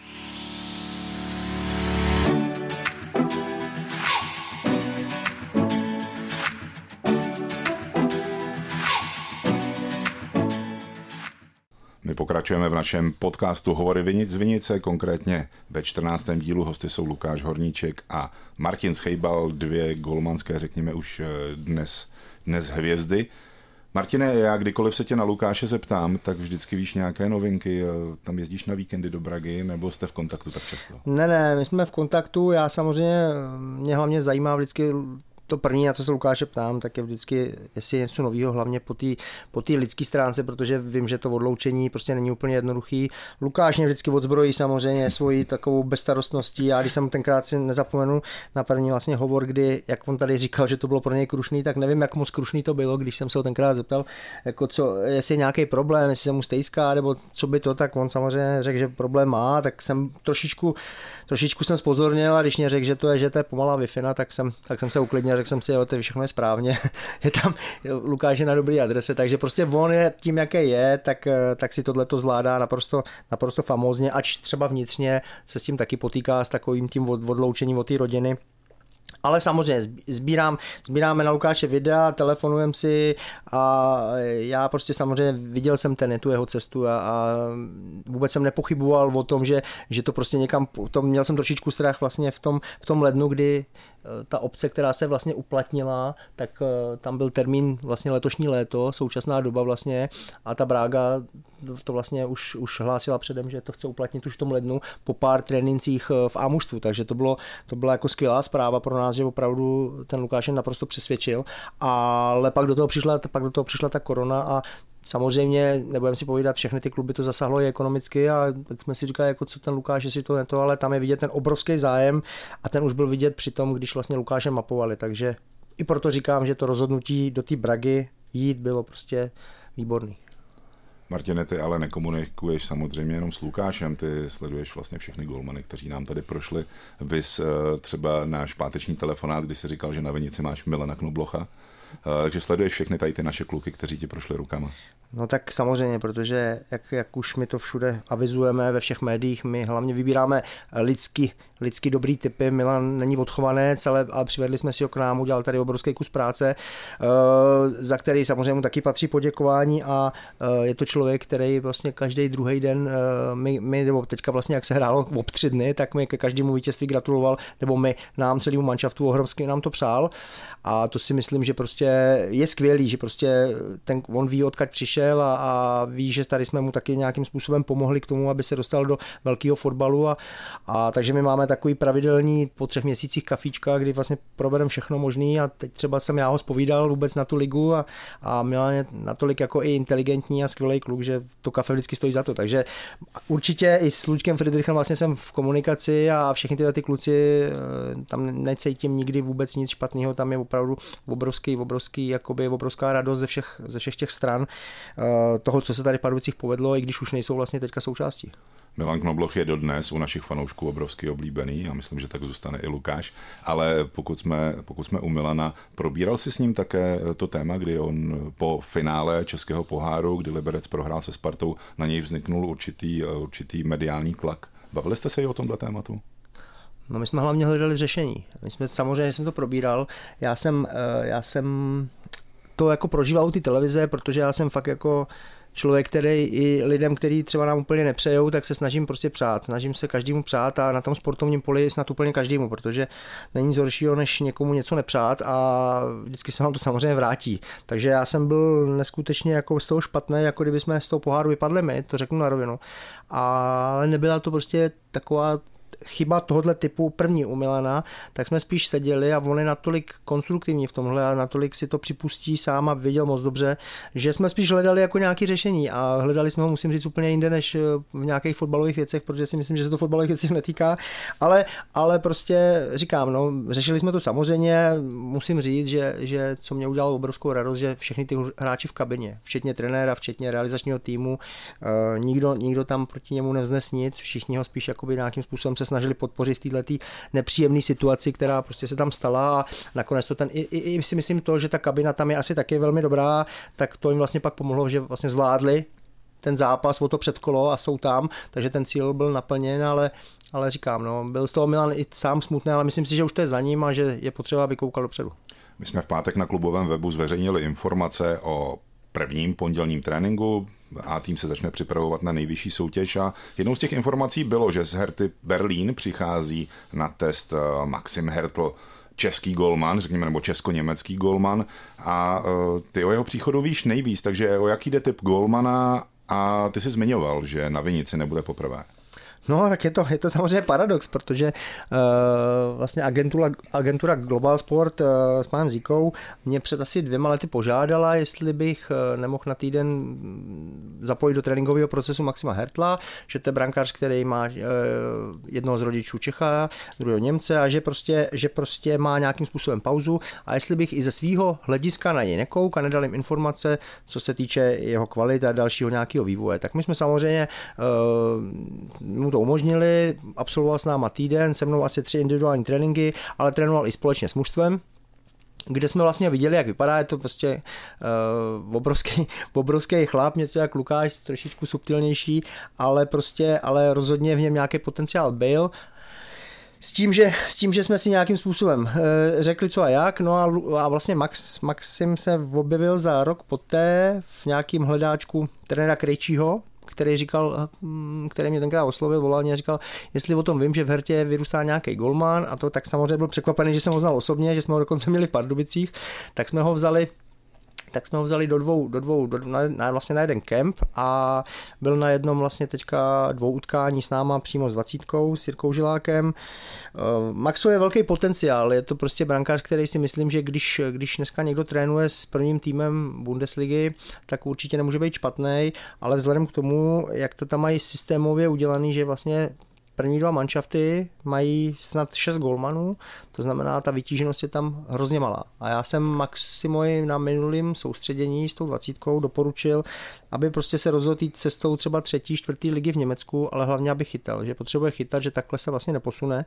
My pokračujeme v našem podcastu Hovory Vinic z Vinice, konkrétně ve čtrnáctém dílu. Hosty jsou Lukáš Horníček a Martin Schejbal, dvě golmanské, řekněme už dnes, dnes hvězdy. Martine, já kdykoliv se tě na Lukáše zeptám, tak vždycky víš nějaké novinky. Tam jezdíš na víkendy do Bragy, nebo jste v kontaktu tak často? Ne, ne, my jsme v kontaktu, já samozřejmě, mě hlavně zajímá vždycky to první, na co se Lukáše ptám, tak je vždycky, jestli je něco nového, hlavně po té po té lidské stránce, protože vím, že to odloučení prostě není úplně jednoduchý. Lukáš mě vždycky odzbrojí samozřejmě svojí takovou bezstarostností. Já když jsem tenkrát si nezapomenu na první vlastně hovor, kdy, jak on tady říkal, že to bylo pro něj krušný, tak nevím, jak moc krušný to bylo, když jsem se ho tenkrát zeptal, jako co, jestli je nějaký problém, jestli se mu stejská, nebo co by to, tak on samozřejmě řekl, že problém má, tak jsem trošičku, trošičku jsem spozornil a když mě řekl, že to je, že to je pomalá Wi-Fi, tak jsem, tak jsem se uklidnil. Řekl jsem si, jo, to všechno je správně, je tam Lukáš je na dobrý adrese, takže prostě on je tím, jaký je, tak, tak si tohleto zvládá naprosto, naprosto famózně, ač třeba vnitřně se s tím taky potýká s takovým tím odloučením od té rodiny. Ale samozřejmě sbírám, sbíráme na Lukáše videa, telefonujeme si a já prostě samozřejmě viděl jsem ten, tu jeho cestu a, a vůbec jsem nepochyboval o tom, že, že to prostě někam, to měl jsem trošičku strach vlastně v tom, v tom lednu, kdy ta obce, která se vlastně uplatnila, tak tam byl termín vlastně letošní léto, současná doba vlastně a ta Braga to vlastně už, už hlásila předem, že to chce uplatnit už v tom lednu po pár trénincích v A mužstvu, takže to bylo, to byla jako skvělá zpráva pro nás, že opravdu ten Lukáš naprosto přesvědčil, ale pak do toho přišla, pak do toho přišla ta korona a samozřejmě, nebudeme si povídat, všechny ty kluby to zasáhlo i ekonomicky a tak jsme si říkali, jako co ten Lukáš, jestli to neto, ale tam je vidět ten obrovský zájem a ten už byl vidět při tom, když vlastně Lukáše mapovali, takže i proto říkám, že to rozhodnutí do té Bragy jít bylo prostě výborný. Martine, ty ale nekomunikuješ samozřejmě jenom s Lukášem, ty sleduješ vlastně všechny golmany, kteří nám tady prošli. Vys třeba náš páteční telefonát, kdy jsi říkal, že na Vinici máš Milana Knoblocha. Takže sleduješ všechny tady ty naše kluky, kteří ti prošli rukama. No tak samozřejmě, protože jak, jak už my to všude avizujeme ve všech médiích, my hlavně vybíráme lidsky, lidsky dobrý typy. Milan není odchovanec, ale, ale přivedli jsme si ho k nám, udělal tady obrovský kus práce, za který samozřejmě mu taky patří poděkování a je to člověk, který vlastně každý druhý den, my, my, nebo teďka vlastně jak se hrálo ob tři dny, tak mi ke každému vítězství gratuloval, nebo my nám celému manšaftu ohromsky nám to přál a to si myslím, že prostě je skvělý, že prostě ten, on ví, odkud přišel a, a ví, že tady jsme mu taky nějakým způsobem pomohli k tomu, aby se dostal do velkého fotbalu a, a takže my máme takový pravidelný po třech měsících kafíčka, kdy vlastně probereme všechno možný a teď třeba jsem já ho zpovídal vůbec na tu ligu a, a Milan je natolik jako i inteligentní a skvělý kluk, že to kafe vždycky stojí za to, takže určitě i s Luďkem Friedrichem vlastně jsem v komunikaci a všechny tyhle ty kluci tam necítím nikdy vůbec nic špatného, tam je opravdu obrovský, obrovský, jakoby obrovská radost ze všech, ze všech těch stran toho, co se tady v Pardubicích povedlo, i když už nejsou vlastně teďka součástí. Milan Knobloch je dodnes u našich fanoušků obrovsky oblíbený a myslím, že tak zůstane i Lukáš, ale pokud jsme, pokud jsme u Milana, probíral si s ním také to téma, kdy on po finále Českého poháru, kdy Liberec prohrál se Spartou, na něj vzniknul určitý, určitý mediální tlak. Bavili jste se i o tomhle tématu? No my jsme hlavně hledali řešení. My jsme, samozřejmě jsem to probíral. Já jsem, já jsem to jako prožíval u té televize, protože já jsem fakt jako člověk, který i lidem, kteří třeba nám úplně nepřejou, tak se snažím prostě přát. Snažím se každému přát a na tom sportovním poli snad úplně každému, protože není nic horšího, než někomu něco nepřát a vždycky se vám to samozřejmě vrátí. Takže já jsem byl neskutečně jako z toho špatný, jako kdyby jsme z toho poháru vypadli my, to řeknu na rovinu. Ale nebyla to prostě taková chyba tohohle typu první u Milana, tak jsme spíš seděli a on je natolik konstruktivní v tomhle a natolik si to připustí sám a věděl moc dobře, že jsme spíš hledali jako nějaké řešení a hledali jsme ho, musím říct, úplně jinde než v nějakých fotbalových věcech, protože si myslím, že se to fotbalových věcí netýká, ale, ale prostě říkám, no, řešili jsme to samozřejmě, musím říct, že, že co mě udělalo obrovskou radost, že všechny ty hráči v kabině, včetně trenéra, včetně realizačního týmu, eh, nikdo, nikdo tam proti němu nevznes nic, všichni ho spíš jakoby nějakým způsobem se snažili podpořit v této nepříjemné situaci, která prostě se tam stala a nakonec to ten, i, i, i si myslím to, že ta kabina tam je asi taky velmi dobrá, tak to jim vlastně pak pomohlo, že vlastně zvládli ten zápas o to předkolo a jsou tam, takže ten cíl byl naplněn, ale, ale říkám, no, byl z toho Milan i sám smutný, ale myslím si, že už to je za ním a že je potřeba, aby koukal dopředu. My jsme v pátek na klubovém webu zveřejnili informace o prvním pondělním tréninku a tým se začne připravovat na nejvyšší soutěž a jednou z těch informací bylo, že z Herty Berlín přichází na test Maxim Hertl, český golman, řekněme, nebo česko-německý golman a ty o jeho příchodu víš nejvíc, takže o jaký jde typ golmana a ty jsi zmiňoval, že na Vinici nebude poprvé. No, tak je to, je to samozřejmě paradox, protože uh, vlastně agentura, agentura Global Sport uh, s panem Zíkou mě před asi dvěma lety požádala, jestli bych uh, nemohl na týden zapojit do tréninkového procesu Maxima Hertla, že to je brankář, který má uh, jednoho z rodičů Čecha, druhého Němce a že prostě, že prostě má nějakým způsobem pauzu a jestli bych i ze svého hlediska na něj nekouk a nedal jim informace, co se týče jeho kvality a dalšího nějakého vývoje. Tak my jsme samozřejmě uh, to umožnili, absolvoval s náma týden, se mnou asi tři individuální tréninky, ale trénoval i společně s mužstvem, kde jsme vlastně viděli, jak vypadá, je to prostě uh, obrovský, obrovský chlap, něco jak Lukáš, trošičku subtilnější, ale prostě, ale rozhodně v něm nějaký potenciál byl. S tím, že, s tím, že jsme si nějakým způsobem e, řekli co a jak, no a, a vlastně Max, Maxim se objevil za rok poté v nějakým hledáčku trenéra Krejčího, který říkal, který mě tenkrát oslovil, volal mě a říkal, jestli o tom vím, že v Hertě vyrůstá nějaký golman a to tak samozřejmě byl překvapený, že jsem ho znal osobně, že jsme ho dokonce měli v Pardubicích, tak jsme ho vzali tak jsme ho vzali do dvou, do dvou do, na, na, vlastně na jeden kemp a byl na jednom vlastně teďka dvou utkání s náma přímo s dvacítkou, s Jirkou Žilákem. Maxu je velký potenciál, je to prostě brankář, který si myslím, že když, když dneska někdo trénuje s prvním týmem Bundesligy, tak určitě nemůže být špatný, ale vzhledem k tomu, jak to tam mají systémově udělaný, že vlastně první dva manšafty mají snad šest golmanů, to znamená, ta vytíženost je tam hrozně malá. A já jsem Maximovi na minulém soustředění s tou dvacítkou doporučil, aby prostě se rozhodl jít cestou třeba třetí, čtvrtý ligy v Německu, ale hlavně aby chytal, že potřebuje chytat, že takhle se vlastně neposune.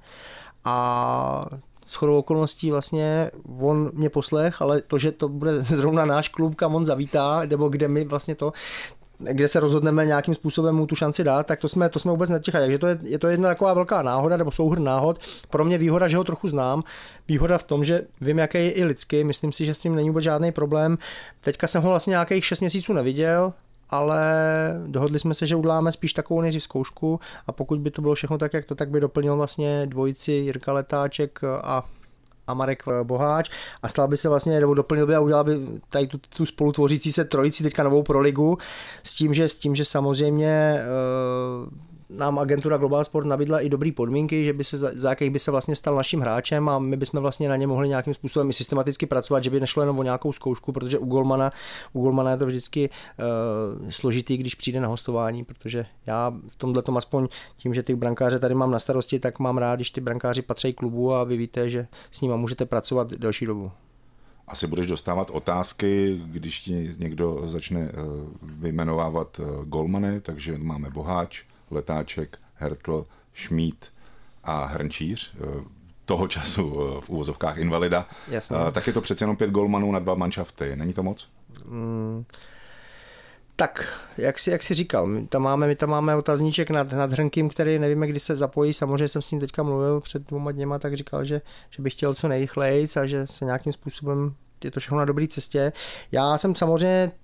A shodou okolností vlastně on mě poslech, ale to, že to bude zrovna náš klub, kam on zavítá, nebo kde my vlastně to, kde se rozhodneme nějakým způsobem mu tu šanci dát, tak to jsme, to jsme vůbec nečekali. Takže to je, je to jedna taková velká náhoda, nebo souhrn náhod. Pro mě výhoda, že ho trochu znám. Výhoda v tom, že vím, jaký je i lidsky. Myslím si, že s tím není vůbec žádný problém. Teďka jsem ho vlastně nějakých šest měsíců neviděl, ale dohodli jsme se, že uděláme spíš takovou nejdřív zkoušku a pokud by to bylo všechno tak, jak to, tak by doplnil vlastně dvojici Jirka Letáček a a Marek Boháč a stal by se vlastně, nebo doplnil by a udělal by tady tu, tu spolutvořící se trojici teďka novou pro ligu s tím, že, s tím, že samozřejmě uh, nám agentura Global Sport nabídla i dobrý podmínky, že by se, za, za jakých by se vlastně stal naším hráčem a my bychom vlastně na ně mohli nějakým způsobem i systematicky pracovat, že by nešlo jenom o nějakou zkoušku, protože u golmana, u golmana je to vždycky uh, složitý, když přijde na hostování, protože já v tomhle tom aspoň tím, že ty brankáře tady mám na starosti, tak mám rád, když ty brankáři patří klubu a vy víte, že s nimi můžete pracovat delší dobu. Asi budeš dostávat otázky, když ti někdo začne vyjmenovávat golmany, takže máme Boháč, Letáček, Hertl, Šmíd a Hrnčíř, toho času v uvozovkách invalida. Jasně. Tak je to přece jenom pět golmanů na dva manšafty. Není to moc? Mm. Tak, jak jsi, jak jsi říkal, my tam máme, my tam máme otazníček nad, nad Hrnkým, který nevíme, kdy se zapojí. Samozřejmě jsem s ním teďka mluvil před dvěma dněma, tak říkal, že, že bych chtěl co nejrychleji a že se nějakým způsobem je to všechno na dobré cestě. Já jsem samozřejmě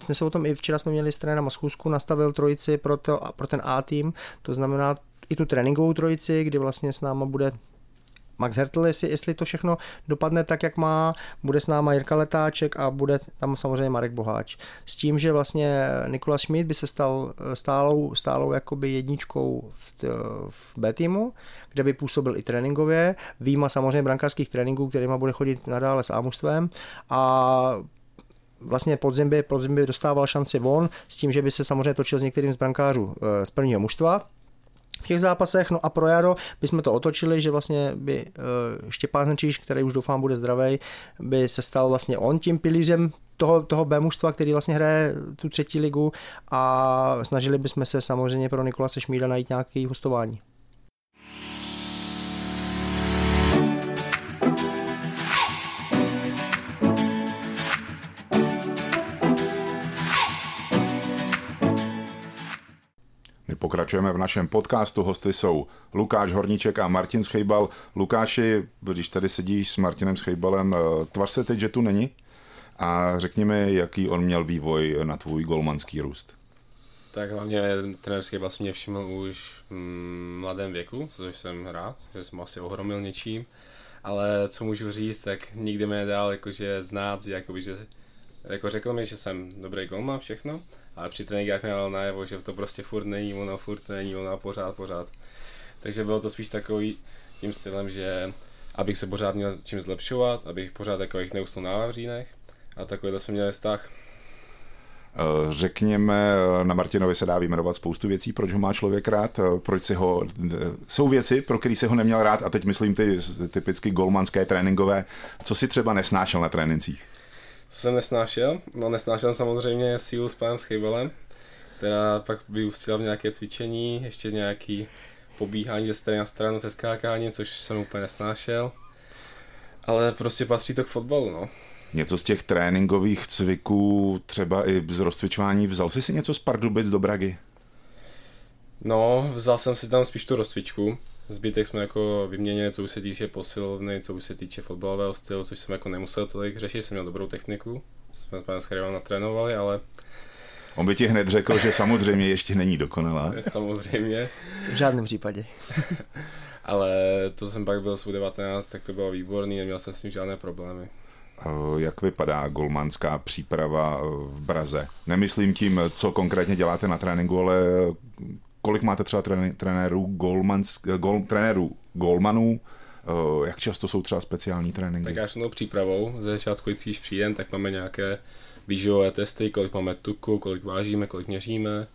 jsme se o tom i včera jsme měli s trenérem schůzku, nastavil trojici pro, to, pro ten A tým, to znamená i tu tréninkovou trojici, kdy vlastně s náma bude Max Hertl, jestli, jestli to všechno dopadne tak, jak má, bude s náma Jirka Letáček a bude tam samozřejmě Marek Boháč. S tím, že vlastně Nikolas Schmid by se stal stálou, stálou jakoby jedničkou v, v B týmu, kde by působil i tréninkově, výjima samozřejmě brankářských tréninků, kterýma bude chodit nadále s A-mužstvem a vlastně podzim by, podzim by dostával šanci on, s tím, že by se samozřejmě točil s některým z brankářů z prvního mužstva v těch zápasech, no a pro jaro bychom to otočili, že vlastně by uh, Štěpán Hrnčíš, který už doufám bude zdravej, by se stal vlastně on tím pilířem toho, toho B mužstva, který vlastně hraje tu třetí ligu a snažili bychom se samozřejmě pro Nikolase Šmída najít nějaké hostování. My pokračujeme v našem podcastu, hosty jsou Lukáš Horníček a Martin Schejbal. Lukáši, když tady sedíš s Martinem Schejbalem, tvař se teď, že tu není a řekni mi, jaký on měl vývoj na tvůj golmanský růst. Tak hlavně trenér Schejbal si mě všiml už v mladém věku, což jsem rád, že jsem asi ohromil něčím, ale co můžu říct, tak nikdy mě dal jakože znát, jakoby, že jako řekl mi, že jsem dobrý golman, všechno, ale při tréninkách měl najevo, že to prostě furt není ono, furt to není ono, pořád, pořád. Takže bylo to spíš takový tím stylem, že abych se pořád měl čím zlepšovat, abych pořád takových neustal na vavřínech a takovýhle jsme měli vztah. Řekněme, na Martinovi se dá vyjmenovat spoustu věcí, proč ho má člověk rád, proč si ho, jsou věci, pro který si ho neměl rád a teď myslím ty typicky golmanské tréninkové, co si třeba nesnášel na trénincích? Co jsem nesnášel? No nesnášel samozřejmě sílu s panem Schejbalem, která pak vyústila v nějaké cvičení, ještě nějaký pobíhání ze strany na stranu, se skákání, což jsem úplně nesnášel. Ale prostě patří to k fotbalu, no. Něco z těch tréninkových cviků, třeba i z rozcvičování, vzal jsi si něco z Pardubic do Bragy? No, vzal jsem si tam spíš tu rozcvičku. Zbytek jsme jako vyměnili, co už se týče posilovny, co už se týče fotbalového stylu, což jsem jako nemusel tolik řešit, jsem měl dobrou techniku, jsme s panem Schejbalem natrénovali, ale... On by ti hned řekl, že samozřejmě ještě není dokonalá. Samozřejmě. V žádném případě. Ale to jsem pak byl svůj devatenáct, tak to bylo výborný, neměl jsem s tím žádné problémy. Jak vypadá golmanská příprava v Braze? Nemyslím tím, co konkrétně děláte na tréninku, ale kolik máte třeba trenérů, golmans, gol, trenérů golmanů, jak často jsou třeba speciální tréninky? Tak až přípravou, ze začátku když přijdem, tak máme nějaké výživové testy, kolik máme tuku, kolik vážíme, kolik měříme.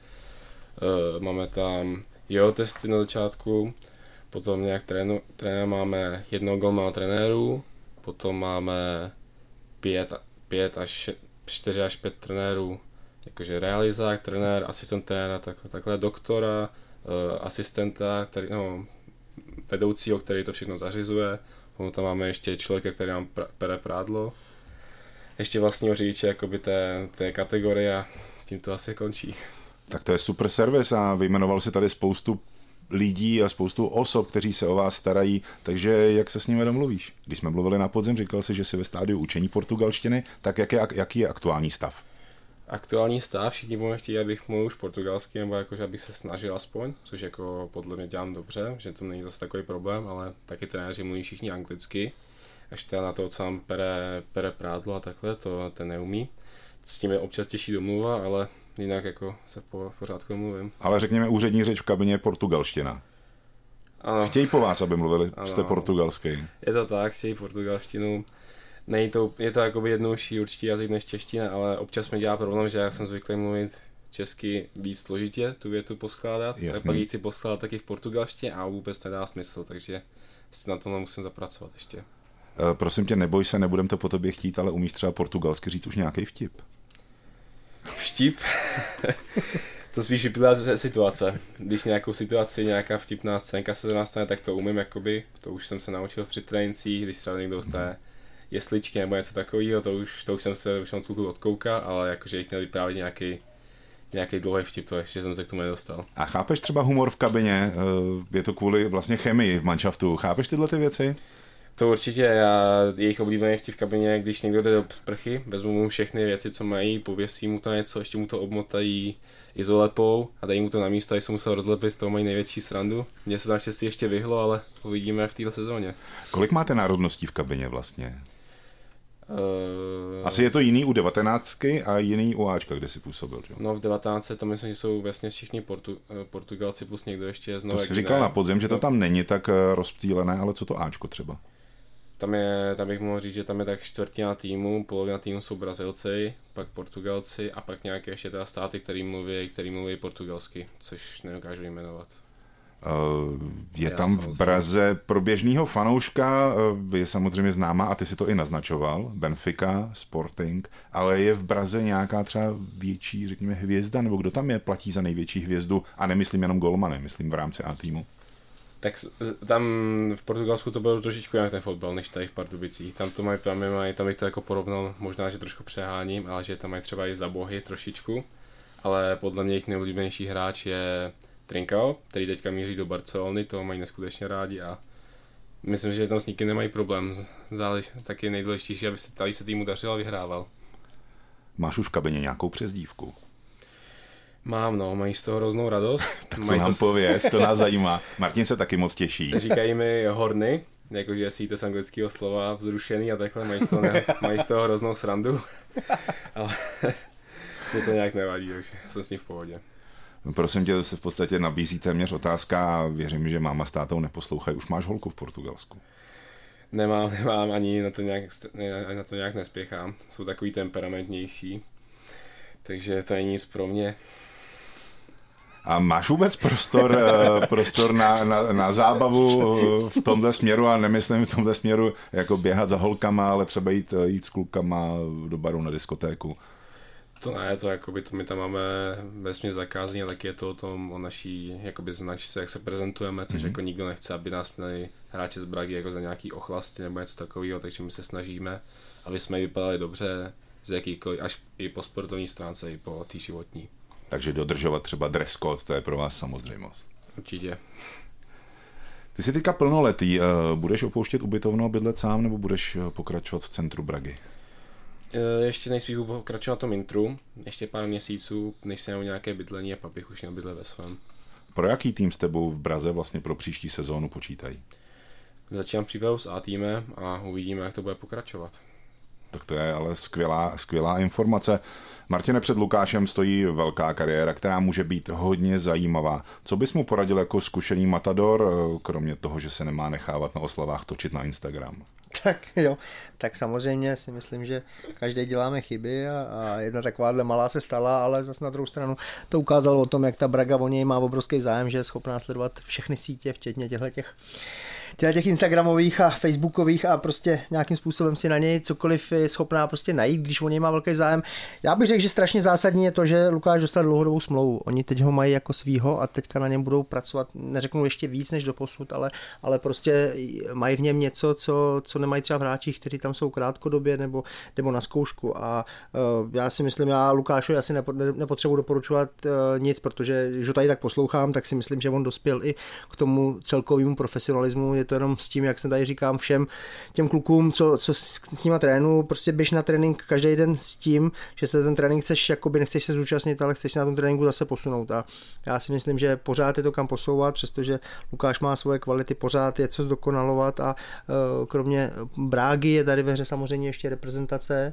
Máme tam jeho testy na začátku, potom nějak trénu, trenér máme jednoho golmana trenérů, potom máme pět, pět až čtyři až pět trenérů, jakože realizák, trenér, asistent trenéra, takhle, takhle doktora, asistenta, který, no, vedoucího, který to všechno zařizuje. Tam máme ještě člověka, který nám pr- pere prádlo. Ještě vlastního řidiče jakoby té, té kategorie a tím to asi končí. Tak to je super servis a vyjmenoval si tady spoustu lidí a spoustu osob, kteří se o vás starají, takže jak se s nimi domluvíš? Když jsme mluvili na podzim, říkal jsi, že jsi ve stádiu učení portugalštiny, tak jak je, jaký je aktuální stav? Aktuální stav, všichni budeme chtít, abych mluvil už portugalsky, nebo jakože abych se snažil aspoň, což jako podle mě dělám dobře, že to není zase takový problém, ale taky trenéři mluví všichni anglicky, až teda na to, co nám pere, pere prádlo a takhle, to ten neumí. S tím je občas těžší domluva, ale jinak jako se po pořádku mluvím. Ale řekněme, úřední řeč v kabině je portugalština. Ano. Chtějí po vás, aby mluvili, ano, jste portugalský. Je to tak, chtějí portugalštinu. Nej to, je to jakoby jednodušší určitý jazyk než čeština, ale občas mi dělá problém, že já jsem zvyklý mluvit česky víc složitě, tu větu poskládat. A pak ji si poskládat taky v portugalštině a vůbec nedá smysl, takže na tom musím zapracovat ještě. E, prosím tě, neboj se, nebudem to po tobě chtít, ale umíš třeba portugalsky říct už nějaký vtip? Vtip? To spíš vyplývá ze situace. Když nějakou situaci, nějaká vtipná scénka se nastane, tak to umím jakoby, to už jsem se naučil při trénincích, když třeba někdo dostane jesličky nebo něco takového, to už, to už jsem se už chvilku odkoukal, ale jakože jich měl vyprávět nějaký nějaký dlouhý vtip, to ještě jsem se k tomu nedostal. A chápeš třeba humor v kabině? Je to kvůli vlastně chemii v manšaftu. Chápeš tyhle ty věci? To určitě, já, jejich oblíbený vtip v kabině, když někdo jde do sprchy, vezmu mu všechny věci, co mají, pověsí mu to něco, ještě mu to obmotají izolepou a dají mu to na místo, až se musel rozlepit, z toho mají největší srandu. Mně se naštěstí ještě vyhlo, ale uvidíme v této sezóně. Kolik máte národností v kabině vlastně? Uh, Asi je to jiný u devatenáctky a jiný u Ačka, kde si působil, že? No v devatenáctce to myslím, že jsou vlastně všichni Portu, Portugalci plus někdo ještě z Nové To jsi říkal na podzim, že to tam není tak rozptýlené, ale co to Ačko třeba? Tam, je, tam bych mohl říct, že tam je tak čtvrtina týmu, polovina týmu jsou Brazilci, pak Portugalci a pak nějaké ještě teda státy, který mluví, který mluví portugalsky, což nedokážu jmenovat. Je tam v Praze pro běžného fanouška, je samozřejmě známá a ty si to i naznačoval, Benfica, Sporting, ale je v Praze nějaká třeba větší, řekněme, hvězda, nebo kdo tam je, platí za největší hvězdu a nemyslím jenom golmany, myslím v rámci A týmu. Tak tam v Portugalsku to bylo trošičku jinak ten fotbal, než tady v Pardubicích. Tam to mají, tam, mají, tam bych to jako porovnal, možná, že trošku přeháním, ale že tam mají třeba i zabohy trošičku, ale podle mě jejich nejoblíbenější hráč je Trincao, který teďka míří do Barcelony, toho mají neskutečně rádi a myslím, že tam s nikým nemají problém. Záleží, taky nejdůležitější, aby se tady se týmu dařil a vyhrával. Máš už v kabině nějakou přezdívku? Mám, no, mají z toho hroznou radost. Tak to mají nám to... pověz, to nás zajímá. Martin se taky moc těší. Říkají mi horny, jakože si jíte z anglického slova vzrušený a takhle mají z toho, ne... mají z toho hroznou srandu. Ale mě to nějak nevadí, takže jsem s ní v pohodě. Prosím tě, to se v podstatě nabízí téměř otázka a věřím, že máma s tátou neposlouchají. Už máš holku v Portugalsku? Nemám, nemám, ani na to nějak, ani na to nějak nespěchám. Jsou takový temperamentnější, takže to není nic pro mě. A máš vůbec prostor, prostor na, na, na zábavu v tomhle směru, a nemyslím v tomhle směru jako běhat za holkama, ale třeba jít, jít s klukama do baru na diskotéku? To ne, to jakoby to my tam máme vesměs zakázání a taky je to o tom, o naší jakoby značce, jak se prezentujeme, což mm-hmm. jako nikdo nechce, aby nás měli hráči z Bragy jako za nějaký ochlasty nebo něco takového, takže my se snažíme, aby jsme vypadali dobře z jakýkoliv, až i po sportovní stránce, i po té životní. Takže dodržovat třeba dress code, to je pro vás samozřejmost. Určitě. Ty jsi teďka plnoletý, budeš opouštět ubytovnu a bydlet sám, nebo budeš pokračovat v centru Bragy? Ještě nejspíš budu pokračovat na tom intru, ještě pár měsíců, než se najdu nějaké bydlení a pak bych už měl bydlet ve svém. Pro jaký tým s tebou v Praze vlastně pro příští sezónu počítají? Začínám přípravu s A týmem a uvidíme, jak to bude pokračovat. Tak to je ale skvělá, skvělá informace. Martine, před Lukášem stojí velká kariéra, která může být hodně zajímavá. Co bys mu poradil jako zkušený matador, kromě toho, že se nemá nechávat na oslavách točit na Instagram? Tak jo, tak samozřejmě si myslím, že každý děláme chyby a, a jedna takováhle malá se stala, ale zase na druhou stranu to ukázalo o tom, jak ta Braga o něj má obrovský zájem, že je schopná sledovat všechny sítě, včetně těchto těch těch instagramových a facebookových a prostě nějakým způsobem si na něj cokoliv je schopná prostě najít, když o něj má velký zájem. Já bych řekl, že strašně zásadní je to, že Lukáš dostal dlouhodobou smlouvu. Oni teď ho mají jako svýho a teďka na něm budou pracovat, neřeknu ještě víc než doposud, ale, ale prostě mají v něm něco, co, co nemají třeba v hráčích, kteří tam jsou krátkodobě nebo, nebo na zkoušku. A uh, já si myslím, já Lukášovi asi nepo, nepotřebuji doporučovat uh, nic, protože když ho tady tak poslouchám, tak si myslím, že on dospěl i k tomu celkovému profesionalismu. Je to jenom s tím, jak jsem tady říkám všem těm klukům, co, co s, s nima trénu, prostě běž na trénink každý den s tím, že se ten trénink chceš, jakoby nechceš se zúčastnit, ale chceš se na tom tréninku zase posunout. A já si myslím, že pořád je to kam posouvat, přestože Lukáš má svoje kvality, pořád je co zdokonalovat a uh, kromě Brágy je tady ve hře samozřejmě ještě reprezentace.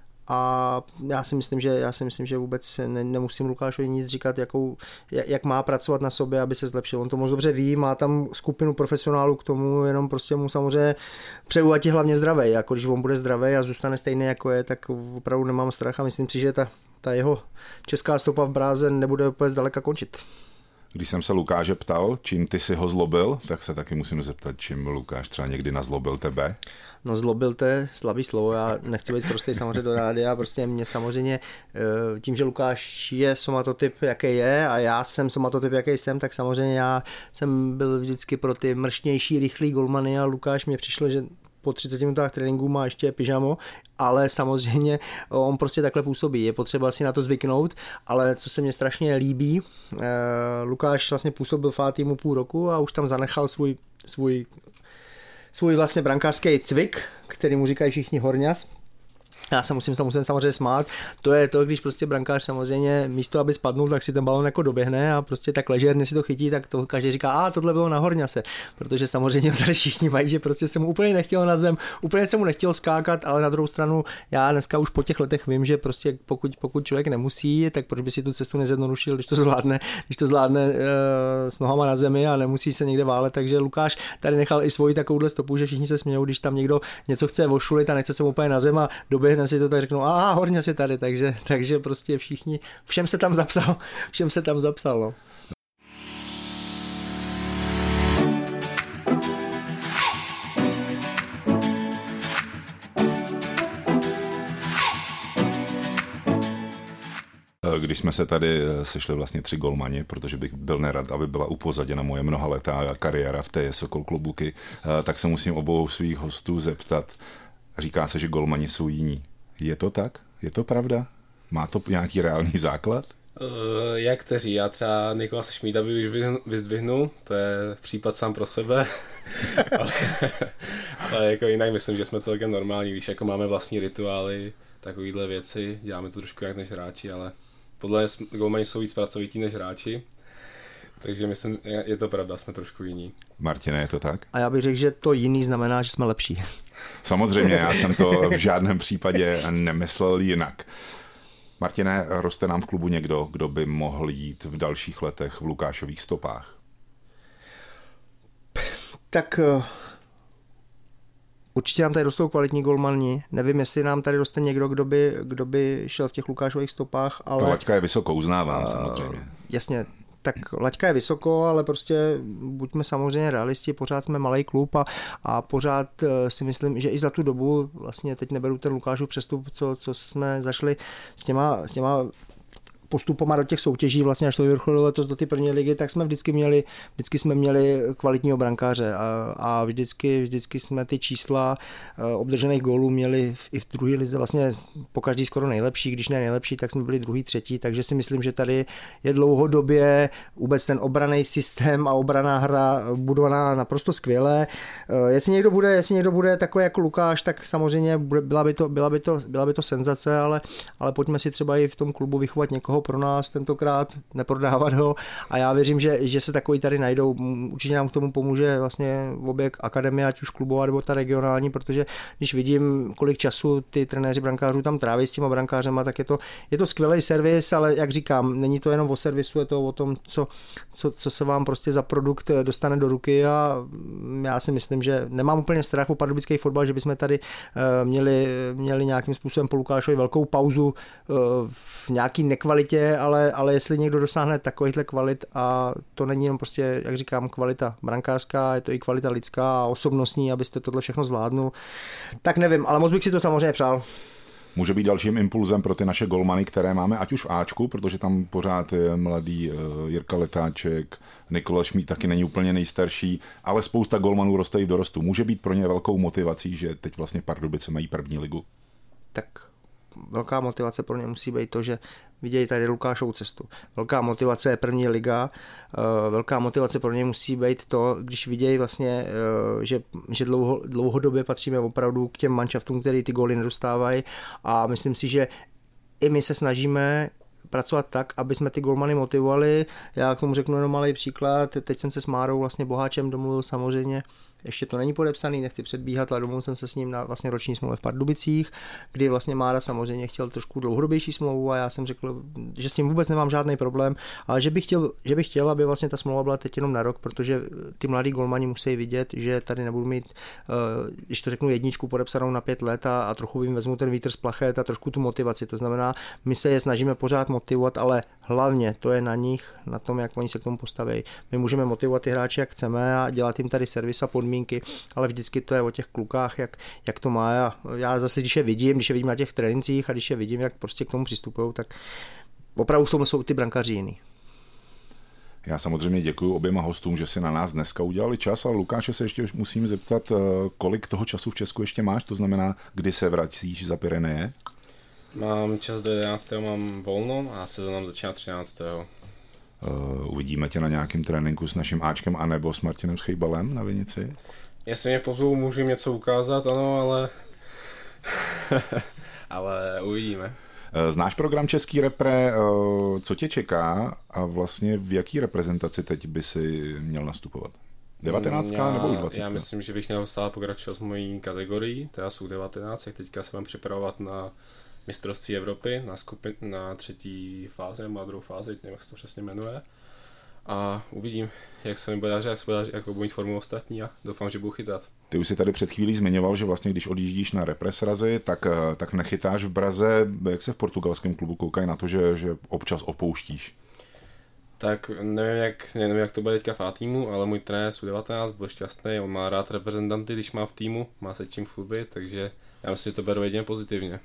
A já si myslím, že já si myslím, že vůbec ne, nemusím Lukášovi nic říkat, jakou, jak má pracovat na sobě, aby se zlepšil. On to moc dobře ví, má tam skupinu profesionálů k tomu, jenom prostě mu samozřejmě přeju, ať je hlavně zdravý. Jako když on bude zdravý a zůstane stejný, jako je, tak opravdu nemám strach a myslím si, že ta, ta jeho česká stopa v Bráze nebude úplně zdaleka končit. Když jsem se Lukáše ptal, čím ty si ho zlobil, tak se taky musím zeptat, čím Lukáš třeba někdy nazlobil tebe. No zlobil, to je slabý slovo, já nechci být prostý samozřejmě do rádia, prostě mě samozřejmě tím, že Lukáš je somatotyp, jaký je a já jsem somatotyp, jaký jsem, tak samozřejmě já jsem byl vždycky pro ty mrštnější, rychlý golmany a Lukáš mě přišlo, že po třiceti minutách tréninku má ještě pyžamo, ale samozřejmě on prostě takhle působí. Je potřeba si na to zvyknout, ale co se mně strašně líbí, eh, Lukáš vlastně působil v A týmu půl roku a už tam zanechal svůj, svůj svůj vlastně brankářský cvik, který mu říkají všichni horňas. Já se musím, musím samozřejmě smát. To je to, když prostě brankář samozřejmě místo, aby spadnul, tak si ten balon jako doběhne a prostě tak ležerně si to chytí, tak to každý říká, a tohle bylo na horňase. Protože samozřejmě tady všichni mají, že prostě se mu úplně nechtělo na zem, úplně se mu nechtělo skákat, ale na druhou stranu já dneska už po těch letech vím, že prostě pokud, pokud člověk nemusí, tak proč by si tu cestu nezjednodušil, když to zvládne, když to zvládne e, s nohama na zemi a nemusí se někde válet. Takže Lukáš tady nechal i svoji takovouhle stopu, že všichni se smějou, když tam někdo něco chce vošulit a nechce se mu úplně na zem a doběhne si to, tak řeknou, aha, horně si tady, takže, takže prostě všichni, všem se tam zapsal, všem se tam zapsal, no. Když jsme se tady sešli vlastně tři golmani, protože bych byl nerad, aby byla upozaděna moje mnohaletá kariéra v té Sokol Klobuky, tak se musím obou svých hostů zeptat. Říká se, že golmani jsou jiní. Je to tak? Je to pravda? Má to nějaký reálný základ? Uh, jak kteří? Já třeba Nikolase Šmída bych vyzdvihnul, to je případ sám pro sebe. ale, ale jako jinak myslím, že jsme celkem normální, když jako máme vlastní rituály, takovýhle věci, děláme to trošku jak než hráči, ale podle golmani jsou víc pracovití než hráči. Takže myslím, je to pravda, jsme trošku jiní. Martine, je to tak? A já bych řekl, že to jiný znamená, že jsme lepší. Samozřejmě, já jsem to v žádném případě nemyslel jinak. Martine, roste nám v klubu někdo, kdo by mohl jít v dalších letech v Lukášových stopách? Tak určitě nám tady rostou kvalitní golmani. Nevím, jestli nám tady roste někdo, kdo by, kdo by šel v těch Lukášových stopách, ale... Ta laťka je vysoko, uznávám, uh, samozřejmě. Jasně. Tak laťka je vysoko, ale prostě buďme samozřejmě realisti, pořád jsme malej klub a, a pořád si myslím, že i za tu dobu, vlastně teď neberu ten Lukášův přestup, co, co jsme zašli s těma, s těma postupama do těch soutěží, vlastně až to vyvrcholilo letos do té první ligy, tak jsme vždycky měli, vždycky jsme měli kvalitního brankáře a, a vždycky, vždycky jsme ty čísla obdržených gólů měli v, i v druhé lize vlastně po každý skoro nejlepší, když ne nejlepší, tak jsme byli druhý, třetí, takže si myslím, že tady je dlouhodobě vůbec ten obranný systém a obranná hra budovaná naprosto skvěle. Jestli někdo bude, jestli někdo bude takový jako Lukáš, tak samozřejmě byla by to, byla by to, byla by to senzace, ale, ale pojďme si třeba i v tom klubu vychovat někoho pro nás tentokrát, neprodávat ho a já věřím, že, že se takový tady najdou. Určitě nám k tomu pomůže vlastně obě akademie, ať už klubová nebo ta regionální, protože když vidím, kolik času ty trenéři brankářů tam tráví s těma brankářema, tak je to, je to skvělý servis, ale jak říkám, není to jenom o servisu, je to o tom, co, co, co se vám prostě za produkt dostane do ruky a já si myslím, že nemám úplně strach o pardubický fotbal, že bychom tady měli, měli nějakým způsobem po Lukášovi velkou pauzu v nějaký nekvalitě, ale, ale jestli někdo dosáhne takovýchhle kvalit a to není jenom prostě, jak říkám, kvalita brankářská, je to i kvalita lidská a osobnostní, abyste tohle všechno zvládnul, tak nevím, ale moc bych si to samozřejmě přál. Může být dalším impulzem pro ty naše golmany, které máme, ať už v Ačku, protože tam pořád je mladý Jirka Letáček, Nikola Šmíd taky není úplně nejstarší, ale spousta golmanů roste i v dorostu. Může být pro ně velkou motivací, že teď vlastně Pardubice mají první ligu? Tak velká motivace pro ně musí být to, že vidějí tady Lukášovu cestu. Velká motivace je první liga, velká motivace pro ně musí být to, když vidějí vlastně, že, že dlouho, dlouhodobě patříme opravdu k těm manšaftům, který ty góly nedostávají a myslím si, že i my se snažíme pracovat tak, aby jsme ty golmany motivovali. Já k tomu řeknu jenom malý příklad. Teď jsem se s Márou vlastně Boháčem domluvil samozřejmě. Ještě to není podepsaný, nechci předbíhat, ale domluvil jsem se s ním na vlastně roční smlouvě v Pardubicích, kdy vlastně Mára samozřejmě chtěl trošku dlouhodobější smlouvu a já jsem řekl, že s tím vůbec nemám žádný problém, ale že bych chtěl, že bych chtěl, aby vlastně ta smlouva byla teď jenom na rok, protože ty mladí golmani musí vidět, že tady nebudu mít, když to řeknu, jedničku podepsanou na pět let a, a trochu jim vezmu ten vítr z plachet a trošku tu motivaci. To znamená, my se je snažíme pořád motivovat, ale hlavně to je na nich, na tom, jak oni se k tomu postaví. My můžeme motivovat ty hráče, jak chceme a dělat jim tady servis a podmínky, ale vždycky to je o těch klukách, jak, jak to má. Já, já zase, když je vidím, když je vidím na těch trénincích a když je vidím, jak prostě k tomu přistupují, tak opravdu v tom jsou ty brankaři jiný. Já samozřejmě děkuji oběma hostům, že si na nás dneska udělali čas, ale Lukáše se ještě musím zeptat, kolik toho času v Česku ještě máš, to znamená, kdy se vracíš za Pyreneje? Mám čas do jedenáctého mám volno a sezóna začíná třináctého Uh, uvidíme tě na nějakém tréninku s naším Ačkem anebo s Martinem Schejbalem na Vinici? Jestli mě pozvou, můžu jim něco ukázat, ano, ale... ale uvidíme. Znáš program Český repre, co tě čeká a vlastně v jaký reprezentaci teď by si měl nastupovat? devatenáctka nebo už dvacet? Já myslím, že bych měl stále pokračovat s mojí kategorií, teda jsou devatenáct, teďka se mám připravovat na mistrovství Evropy, na, skupin, na třetí fázi, nebo na druhou fázi, nevím, jak se to přesně jmenuje. A uvidím, jak se mi bude dařit, jak se bude dařit, jak budu mít formu ostatní a doufám, že budu chytat. Ty už si tady před chvílí zmiňoval, že vlastně když odjíždíš na represrazy, tak, tak nechytáš v Braze. Jak se v portugalském klubu koukají na to, že, že občas opouštíš? Tak nevím jak, nevím, jak to bude teďka v A týmu, ale můj trenér U devatenáct byl šťastný, on má rád reprezentanty, když má v týmu, má se čím chlubit, takže já myslím, že to beru jedině pozitivně.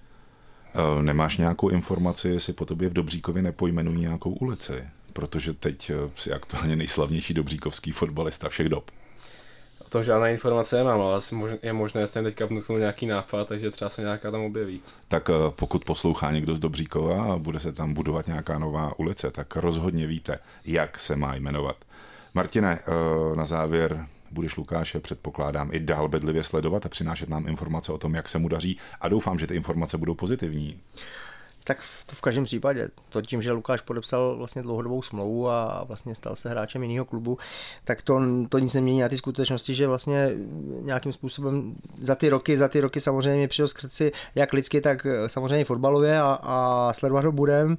Nemáš nějakou informaci, jestli po tobě v Dobříkově nepojmenují nějakou ulici? Protože teď jsi aktuálně nejslavnější dobříkovský fotbalista všech dob. O tom žádná informace nemám, ale je možné, že jsem teďka vnuknul nějaký nápad, takže třeba se nějaká tam objeví. Tak pokud poslouchá někdo z Dobříkova a bude se tam budovat nějaká nová ulice, tak rozhodně víte, jak se má jmenovat. Martine, na závěr budeš Lukáše, předpokládám, i dál bedlivě sledovat a přinášet nám informace o tom, jak se mu daří a doufám, že ty informace budou pozitivní. Tak v, v každém případě, to tím, že Lukáš podepsal vlastně dlouhodobou smlouvu a vlastně stal se hráčem jiného klubu, tak to, to nic nemění na ty skutečnosti, že vlastně nějakým způsobem za ty roky, za ty roky samozřejmě mi přišel k srdci jak lidsky, tak samozřejmě fotbalově a, a sledovat ho budem.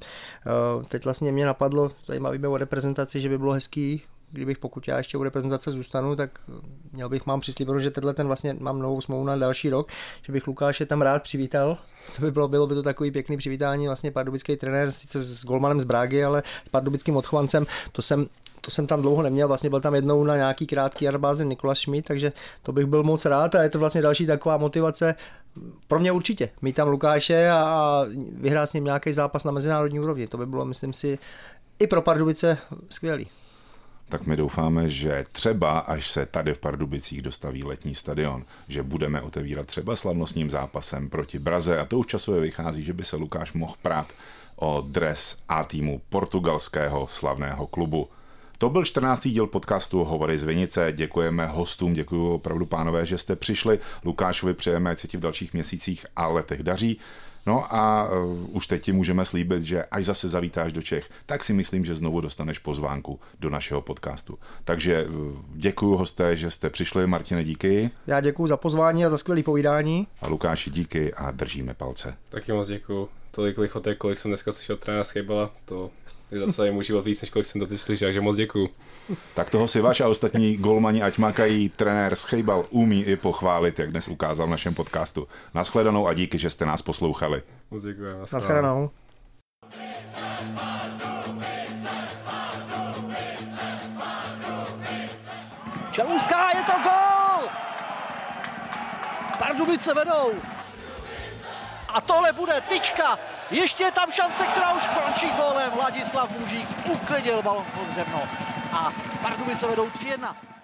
Teď vlastně mě napadlo, tady bavíme o reprezentaci, že by bylo hezký, kdybych pokud já ještě u reprezentace zůstanu, tak měl bych, mám přislíbeno, že tenhle ten vlastně mám novou smlouvu na další rok, že bych Lukáše tam rád přivítal. To by bylo, bylo by to takový pěkný přivítání, vlastně pardubický trenér, sice s golmanem z Bragy, ale s pardubickým odchovancem, to jsem, to jsem tam dlouho neměl, vlastně byl tam jednou na nějaký krátký arbáze Nikolas Schmidt, takže to bych byl moc rád a je to vlastně další taková motivace pro mě určitě, mít tam Lukáše a vyhrát s ním nějaký zápas na mezinárodní úrovni, to by bylo, myslím si, i pro Pardubice skvělý. Tak my doufáme, že třeba, až se tady v Pardubicích dostaví letní stadion, že budeme otevírat třeba slavnostním zápasem proti Braze a to už časově vychází, že by se Lukáš mohl prát o dres A týmu portugalského slavného klubu. To byl čtrnáctý díl podcastu Hovory z Vinice. Děkujeme hostům, děkuji opravdu pánové, že jste přišli. Lukášovi přejeme, ať se ti v dalších měsících a letech daří. No a uh, už teď ti můžeme slíbit, že až zase zavítáš do Čech, tak si myslím, že znovu dostaneš pozvánku do našeho podcastu. Takže uh, děkuji hosté, že jste přišli. Martine, díky. Já děkuji za pozvání a za skvělé povídání. A Lukáši, díky a držíme palce. Taky moc děkuji. Tolik lichotek, kolik jsem dneska slyšel trenéra Schejbala, to je za celý můj život víc, než kolik jsem to teď slyšel, takže moc děkuji. Tak toho si váš a ostatní golmani, ať makají, trenér Schejbal umí i pochválit, jak dnes ukázal v našem podcastu. Nashledanou a díky, že jste nás poslouchali. Moc děkuji. Nashledanou. Čelůská, je to gól! Pardubice vedou. A tohle bude tyčka. Ještě je tam šance, která už končí gólem. Ladislav Mužík uklidil balon pod zemnou. A Pardubice vedou tři jedna.